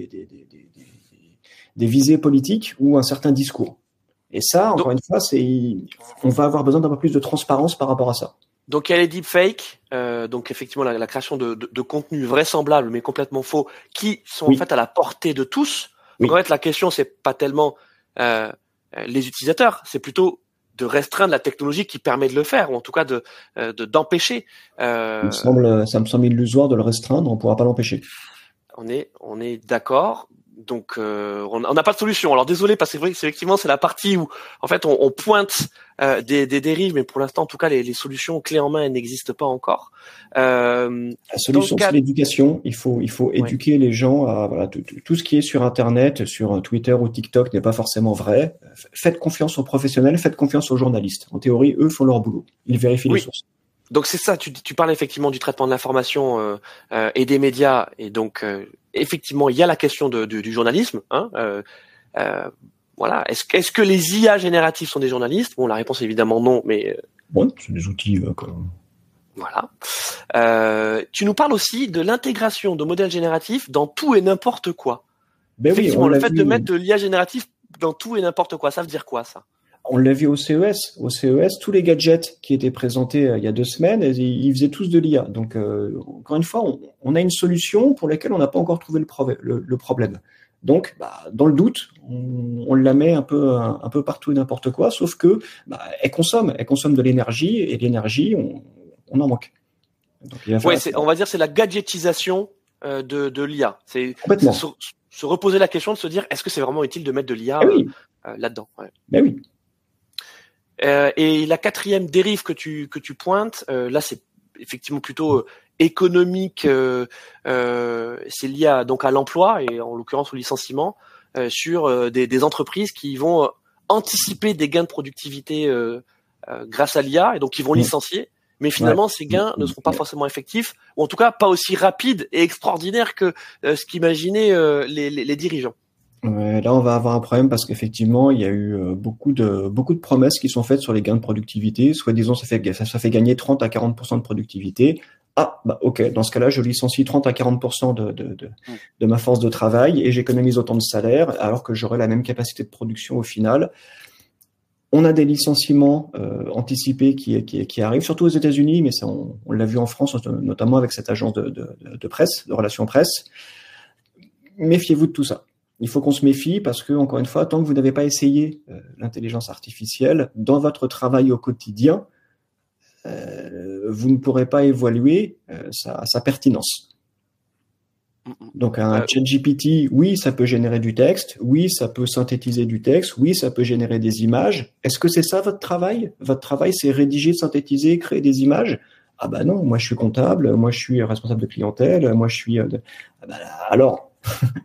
Speaker 2: visées politiques ou un certain discours. Et ça, encore une fois, on va avoir besoin d'un peu plus de transparence par rapport à ça.
Speaker 1: Donc il y a les deepfakes, donc effectivement la création de contenus vraisemblables mais complètement faux, qui sont en fait à la portée de tous. Donc en fait la question c'est pas tellement les utilisateurs, c'est plutôt de restreindre la technologie qui permet de le faire, ou en tout cas d'empêcher.
Speaker 2: Ça me semble illusoire de le restreindre, on ne pourra pas l'empêcher.
Speaker 1: On est d'accord. Donc on n'a pas de solution. Alors désolé, parce que c'est vrai que effectivement c'est la partie où en fait on pointe des dérives, mais pour l'instant en tout cas les solutions clés en main elles n'existent pas encore.
Speaker 2: La solution c'est l'éducation. Il faut éduquer les gens à voilà, tout ce qui est sur Internet, sur Twitter ou TikTok n'est pas forcément vrai. Faites confiance aux professionnels, faites confiance aux journalistes. En théorie, eux font leur boulot. Ils vérifient les sources.
Speaker 1: Donc c'est ça, tu parles effectivement du traitement de l'information et des médias, et donc effectivement il y a la question du journalisme. Voilà, est-ce que les IA génératifs sont des journalistes ? Bon, la réponse est évidemment non, mais
Speaker 2: bon, c'est des outils quand même.
Speaker 1: Voilà. Tu nous parles aussi de l'intégration de modèles génératifs dans tout et n'importe quoi.
Speaker 2: Ben
Speaker 1: effectivement,
Speaker 2: oui,
Speaker 1: le fait de mettre de l'IA génératif dans tout et n'importe quoi, ça veut dire quoi ça ?
Speaker 2: On l'a vu au CES. Au CES, tous les gadgets qui étaient présentés il y a 2 semaines, ils faisaient tous de l'IA. Donc, encore une fois, on a une solution pour laquelle on n'a pas encore trouvé le problème. Donc, dans le doute, on la met un peu partout et n'importe quoi, sauf que elle consomme de l'énergie, et l'énergie, on en manque. Donc,
Speaker 1: on va dire c'est la gadgetisation de l'IA. C'est se reposer la question de se dire est-ce que c'est vraiment utile de mettre de l'IA là-dedans.
Speaker 2: Ben oui.
Speaker 1: Et la quatrième dérive que tu pointes, là c'est effectivement plutôt économique, c'est lié donc à l'emploi et en l'occurrence au licenciement sur des entreprises qui vont anticiper des gains de productivité grâce à l'IA et donc qui vont licencier, mais finalement ces gains ne seront pas forcément effectifs, ou en tout cas pas aussi rapides et extraordinaires que ce qu'imaginaient les dirigeants.
Speaker 2: Là, on va avoir un problème parce qu'effectivement, il y a eu beaucoup de promesses qui sont faites sur les gains de productivité. Soi-disant, ça fait gagner 30 à 40% de productivité. Ok, dans ce cas-là, je licencie 30 à 40% de ma force de travail et j'économise autant de salaire alors que j'aurai la même capacité de production au final. On a des licenciements anticipés qui arrivent, surtout aux États-Unis, mais ça, on l'a vu en France, notamment avec cette agence de presse, de relations presse. Méfiez-vous de tout ça. Il faut qu'on se méfie parce que, encore une fois, tant que vous n'avez pas essayé l'intelligence artificielle dans votre travail au quotidien, vous ne pourrez pas évaluer sa pertinence. Donc un ChatGPT, oui, ça peut générer du texte, oui, ça peut synthétiser du texte, oui, ça peut générer des images. Est-ce que c'est ça votre travail ? Votre travail, c'est rédiger, synthétiser, créer des images ? Ah bah non, moi je suis comptable, moi je suis responsable de clientèle, moi je suis... alors...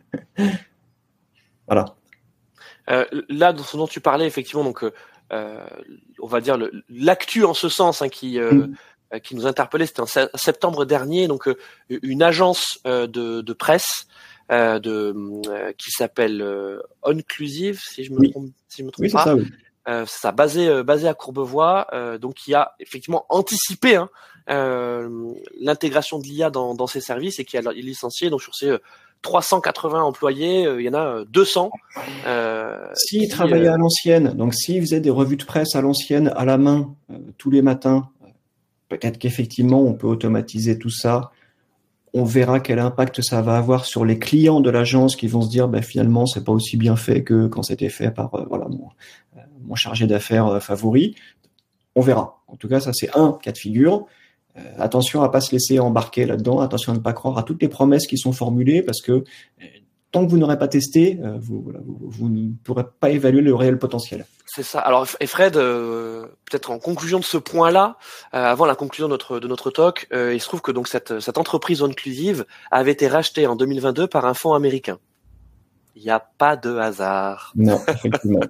Speaker 2: Voilà.
Speaker 1: Là, dans ce dont tu parlais, effectivement, donc on va dire l'actu en ce sens qui nous interpellait, c'était en septembre dernier. Donc une agence de presse qui s'appelle Onclusive, si je me trompe
Speaker 2: oui,
Speaker 1: pas,
Speaker 2: c'est ça, oui.
Speaker 1: ça basé à Courbevoie, donc qui a effectivement anticipé l'intégration de l'IA dans ses services et qui a licencié donc sur ses 380 employés, il y en a 200.
Speaker 2: S'ils travaillaient à l'ancienne, donc s'ils faisaient des revues de presse à l'ancienne, à la main, tous les matins, peut-être qu'effectivement on peut automatiser tout ça. On verra quel impact ça va avoir sur les clients de l'agence qui vont se dire finalement c'est pas aussi bien fait que quand c'était fait par mon chargé d'affaires favori. On verra. En tout cas, ça c'est un cas de figure. Attention à pas se laisser embarquer là-dedans. Attention à ne pas croire à toutes les promesses qui sont formulées parce que tant que vous n'aurez pas testé, vous ne pourrez pas évaluer le réel potentiel.
Speaker 1: C'est ça. Alors, et Fred, peut-être en conclusion de ce point-là, avant la conclusion de notre talk, il se trouve que donc cette entreprise inclusive avait été rachetée en 2022 par un fonds américain. Il n'y a pas de hasard.
Speaker 2: Non, effectivement.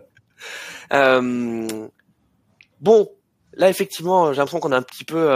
Speaker 1: Bon, là effectivement, j'ai l'impression qu'on a un petit peu,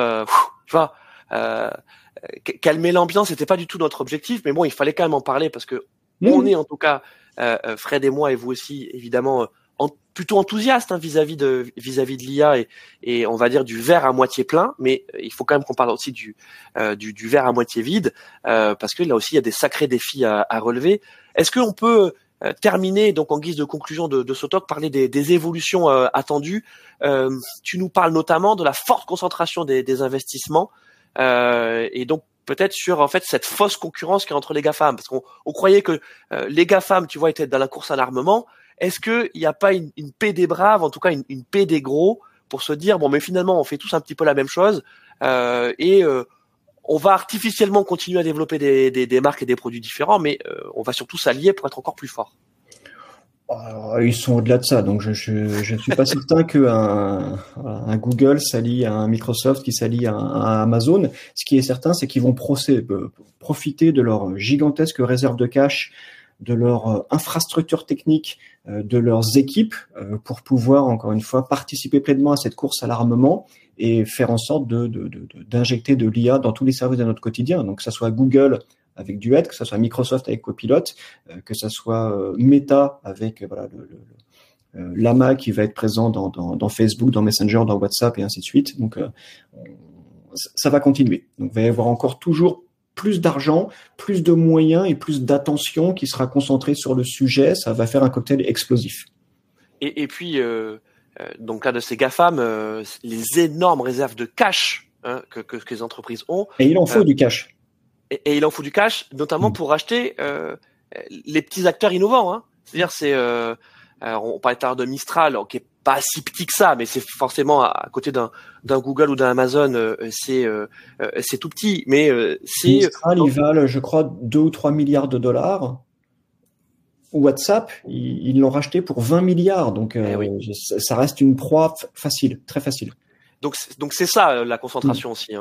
Speaker 1: calmer l'ambiance. C'était pas du tout notre objectif, mais bon, il fallait quand même en parler parce que on est en tout cas, Fred et moi et vous aussi, évidemment. Plutôt enthousiaste vis-à-vis de l'IA et on va dire du verre à moitié plein, mais il faut quand même qu'on parle aussi du verre à moitié vide parce que là aussi il y a des sacrés défis à relever. Est-ce qu'on peut terminer donc en guise de conclusion de ce talk, parler des évolutions attendues? Tu nous parles notamment de la forte concentration des investissements et donc peut-être sur en fait cette fausse concurrence qui est entre les GAFAM, parce qu'on croyait que les GAFAM, tu vois, étaient dans la course à l'armement. Est-ce qu'il n'y a pas une paix des braves, en tout cas une paix des gros, pour se dire bon, mais finalement on fait tous un petit peu la même chose et on va artificiellement continuer à développer des marques et des produits différents, mais on va surtout s'allier pour être encore plus fort.
Speaker 2: Alors, ils sont au-delà de ça, donc je ne suis pas certain qu'un Google s'allie à un Microsoft qui s'allie à Amazon. Ce qui est certain, c'est qu'ils vont profiter de leur gigantesque réserve de cash, de leur infrastructure technique, de leurs équipes pour pouvoir, encore une fois, participer pleinement à cette course à l'armement et faire en sorte d'injecter de l'IA dans tous les services de notre quotidien. Donc, que ça soit Google avec Duet, que ça soit Microsoft avec Copilot, que ça soit Meta avec Llama qui va être présent dans Facebook, dans Messenger, dans WhatsApp et ainsi de suite. Donc, ça va continuer. Donc, il va y avoir encore toujours plus d'argent, plus de moyens et plus d'attention qui sera concentrée sur le sujet. Ça va faire un cocktail explosif.
Speaker 1: Et puis, dans le cas de ces GAFAM, les énormes réserves de cash que les entreprises ont.
Speaker 2: Et il en faut du cash.
Speaker 1: Et il en faut du cash, notamment pour acheter les petits acteurs innovants. C'est-à-dire, on parlait tout à l'heure de Mistral, qui est pas si petit que ça, mais c'est forcément à côté d'un Google ou d'un Amazon, c'est tout petit. Mais c'est
Speaker 2: Mistral, ils valent, je crois, 2 ou 3 milliards de dollars. WhatsApp, ils l'ont racheté pour 20 milliards, donc ça reste une proie facile, très facile.
Speaker 1: Donc c'est ça la concentration aussi.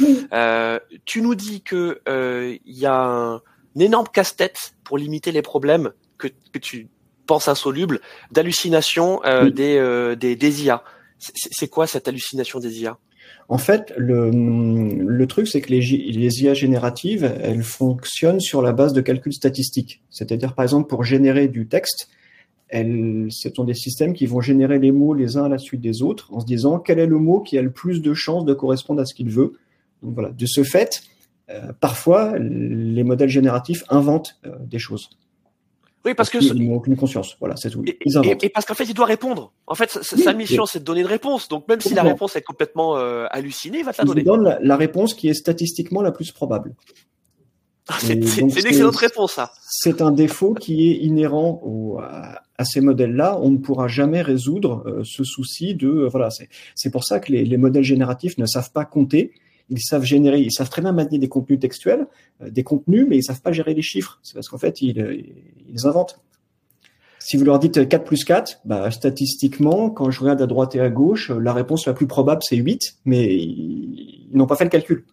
Speaker 1: Tu nous dis que il y a un énorme casse-tête pour limiter les problèmes que tu penses insolubles d'hallucination des IA. C'est quoi cette hallucination des IA?
Speaker 2: En fait, le truc, c'est que les IA génératives, elles fonctionnent sur la base de calculs statistiques. C'est-à-dire, par exemple, pour générer du texte, ce sont des systèmes qui vont générer les mots les uns à la suite des autres en se disant quel est le mot qui a le plus de chances de correspondre à ce qu'il veut. Donc voilà. De ce fait, parfois, les modèles génératifs inventent des choses.
Speaker 1: Oui, parce que
Speaker 2: ils n'ont aucune conscience. Voilà, c'est tout.
Speaker 1: Et parce qu'en fait, il doit répondre. En fait, sa mission, c'est de donner une réponse. Donc, même si la réponse est complètement hallucinée, il va te la donner.
Speaker 2: Il donne la réponse qui est statistiquement la plus probable.
Speaker 1: C'est une excellente réponse, ça.
Speaker 2: C'est un défaut qui est inhérent à ces modèles-là. On ne pourra jamais résoudre ce souci de voilà. C'est pour ça que les modèles génératifs ne savent pas compter. Ils savent générer, ils savent très bien maintenir des contenus textuels, des contenus, mais ils savent pas gérer les chiffres. C'est parce qu'en fait, ils inventent. Si vous leur dites 4 plus 4, statistiquement, quand je regarde à droite et à gauche, la réponse la plus probable, c'est 8, mais ils n'ont pas fait le calcul.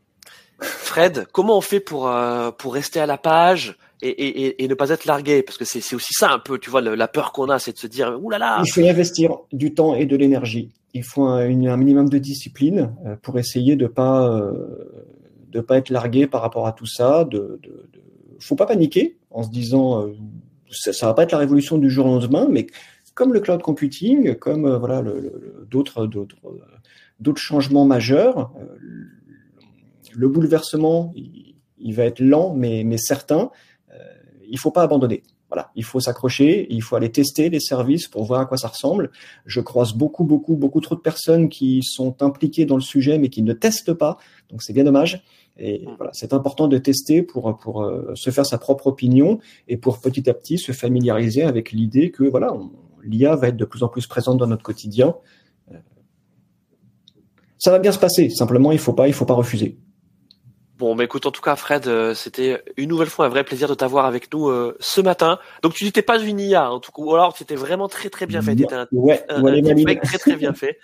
Speaker 1: Fred, comment on fait pour rester à la page et ne pas être largué? Parce que c'est aussi ça un peu, tu vois, la peur qu'on a, c'est de se dire, oulala.
Speaker 2: Il faut y investir du temps et de l'énergie. Il faut un minimum de discipline pour essayer de pas être largué par rapport à tout ça. Faut pas paniquer en se disant ça va pas être la révolution du jour au lendemain, mais comme le cloud computing, comme voilà d'autres changements majeurs. Le bouleversement, il va être lent, mais certain. Il faut pas abandonner. Voilà, il faut s'accrocher, il faut aller tester les services pour voir à quoi ça ressemble. Je croise beaucoup trop de personnes qui sont impliquées dans le sujet mais qui ne testent pas, donc c'est bien dommage. Et voilà, c'est important de tester pour se faire sa propre opinion et pour petit à petit se familiariser avec l'idée que voilà, l'IA va être de plus en plus présente dans notre quotidien. Ça va bien se passer. Simplement, il faut pas refuser.
Speaker 1: Bon, mais écoute, en tout cas, Fred, c'était une nouvelle fois un vrai plaisir de t'avoir avec nous ce matin. Donc, tu n'étais pas une IA, en tout cas, ou alors c'était vraiment très très bien fait. T'étais un deepfake très très bien fait.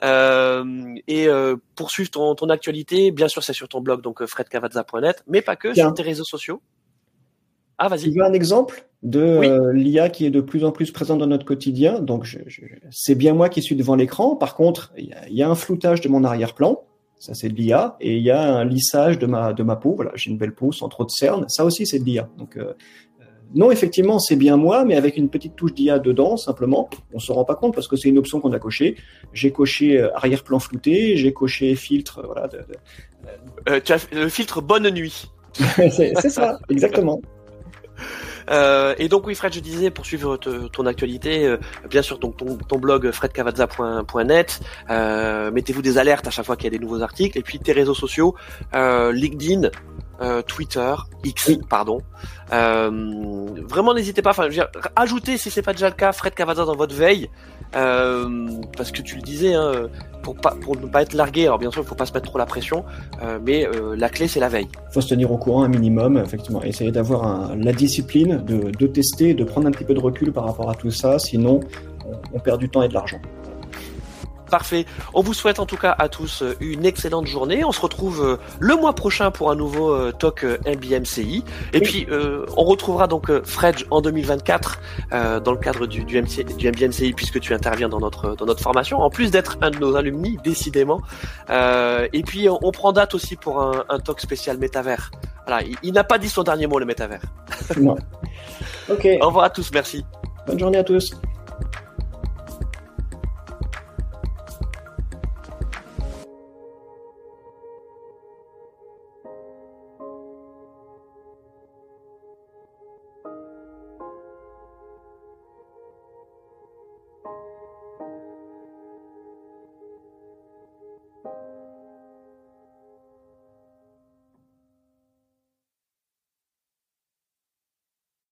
Speaker 1: Pour suivre ton actualité, bien sûr, c'est sur ton blog, donc fredcavazza.net, mais pas que, sur tes réseaux sociaux. Ah, vas-y.
Speaker 2: Tu veux un exemple de l'IA qui est de plus en plus présente dans notre quotidien. Donc, c'est bien moi qui suis devant l'écran. Par contre, il y a un floutage de mon arrière-plan. Ça, c'est de l'IA. Et il y a un lissage de ma peau. Voilà, j'ai une belle peau sans trop de cernes. Ça aussi, c'est de l'IA. Donc, non, effectivement, c'est bien moi, mais avec une petite touche d'IA dedans, simplement. On se rend pas compte parce que c'est une option qu'on a cochée. J'ai coché arrière-plan flouté. J'ai coché filtre. Voilà.
Speaker 1: Tu as le filtre bonne nuit.
Speaker 2: c'est ça, exactement.
Speaker 1: Et donc oui, Fred, je disais, pour suivre ton actualité, bien sûr, donc ton blog fredcavazza.net, mettez-vous des alertes à chaque fois qu'il y a des nouveaux articles, et puis tes réseaux sociaux, LinkedIn, Twitter, X, pardon. Vraiment, n'hésitez pas. Enfin, je veux dire, ajoutez, si c'est pas déjà le cas, Fred Cavazza dans votre veille, parce que tu le disais, hein, pour ne pas être largué. Alors bien sûr, il faut pas se mettre trop la pression, mais la clé c'est la veille.
Speaker 2: Il faut se tenir au courant un minimum, effectivement. Essayer d'avoir la discipline de tester, de prendre un petit peu de recul par rapport à tout ça. Sinon, on perd du temps et de l'argent.
Speaker 1: Parfait. On vous souhaite en tout cas à tous une excellente journée. On se retrouve le mois prochain pour un nouveau talk MBMCI. Et puis on retrouvera donc Fred en 2024 dans le cadre du MBMCI, puisque tu interviens dans notre formation. En plus d'être un de nos alumni, décidément. Et puis on prend date aussi pour un talk spécial métavers. Voilà, il n'a pas dit son dernier mot, le métavers.
Speaker 2: Non. Ok.
Speaker 1: Au revoir à tous. Merci.
Speaker 2: Bonne journée à tous.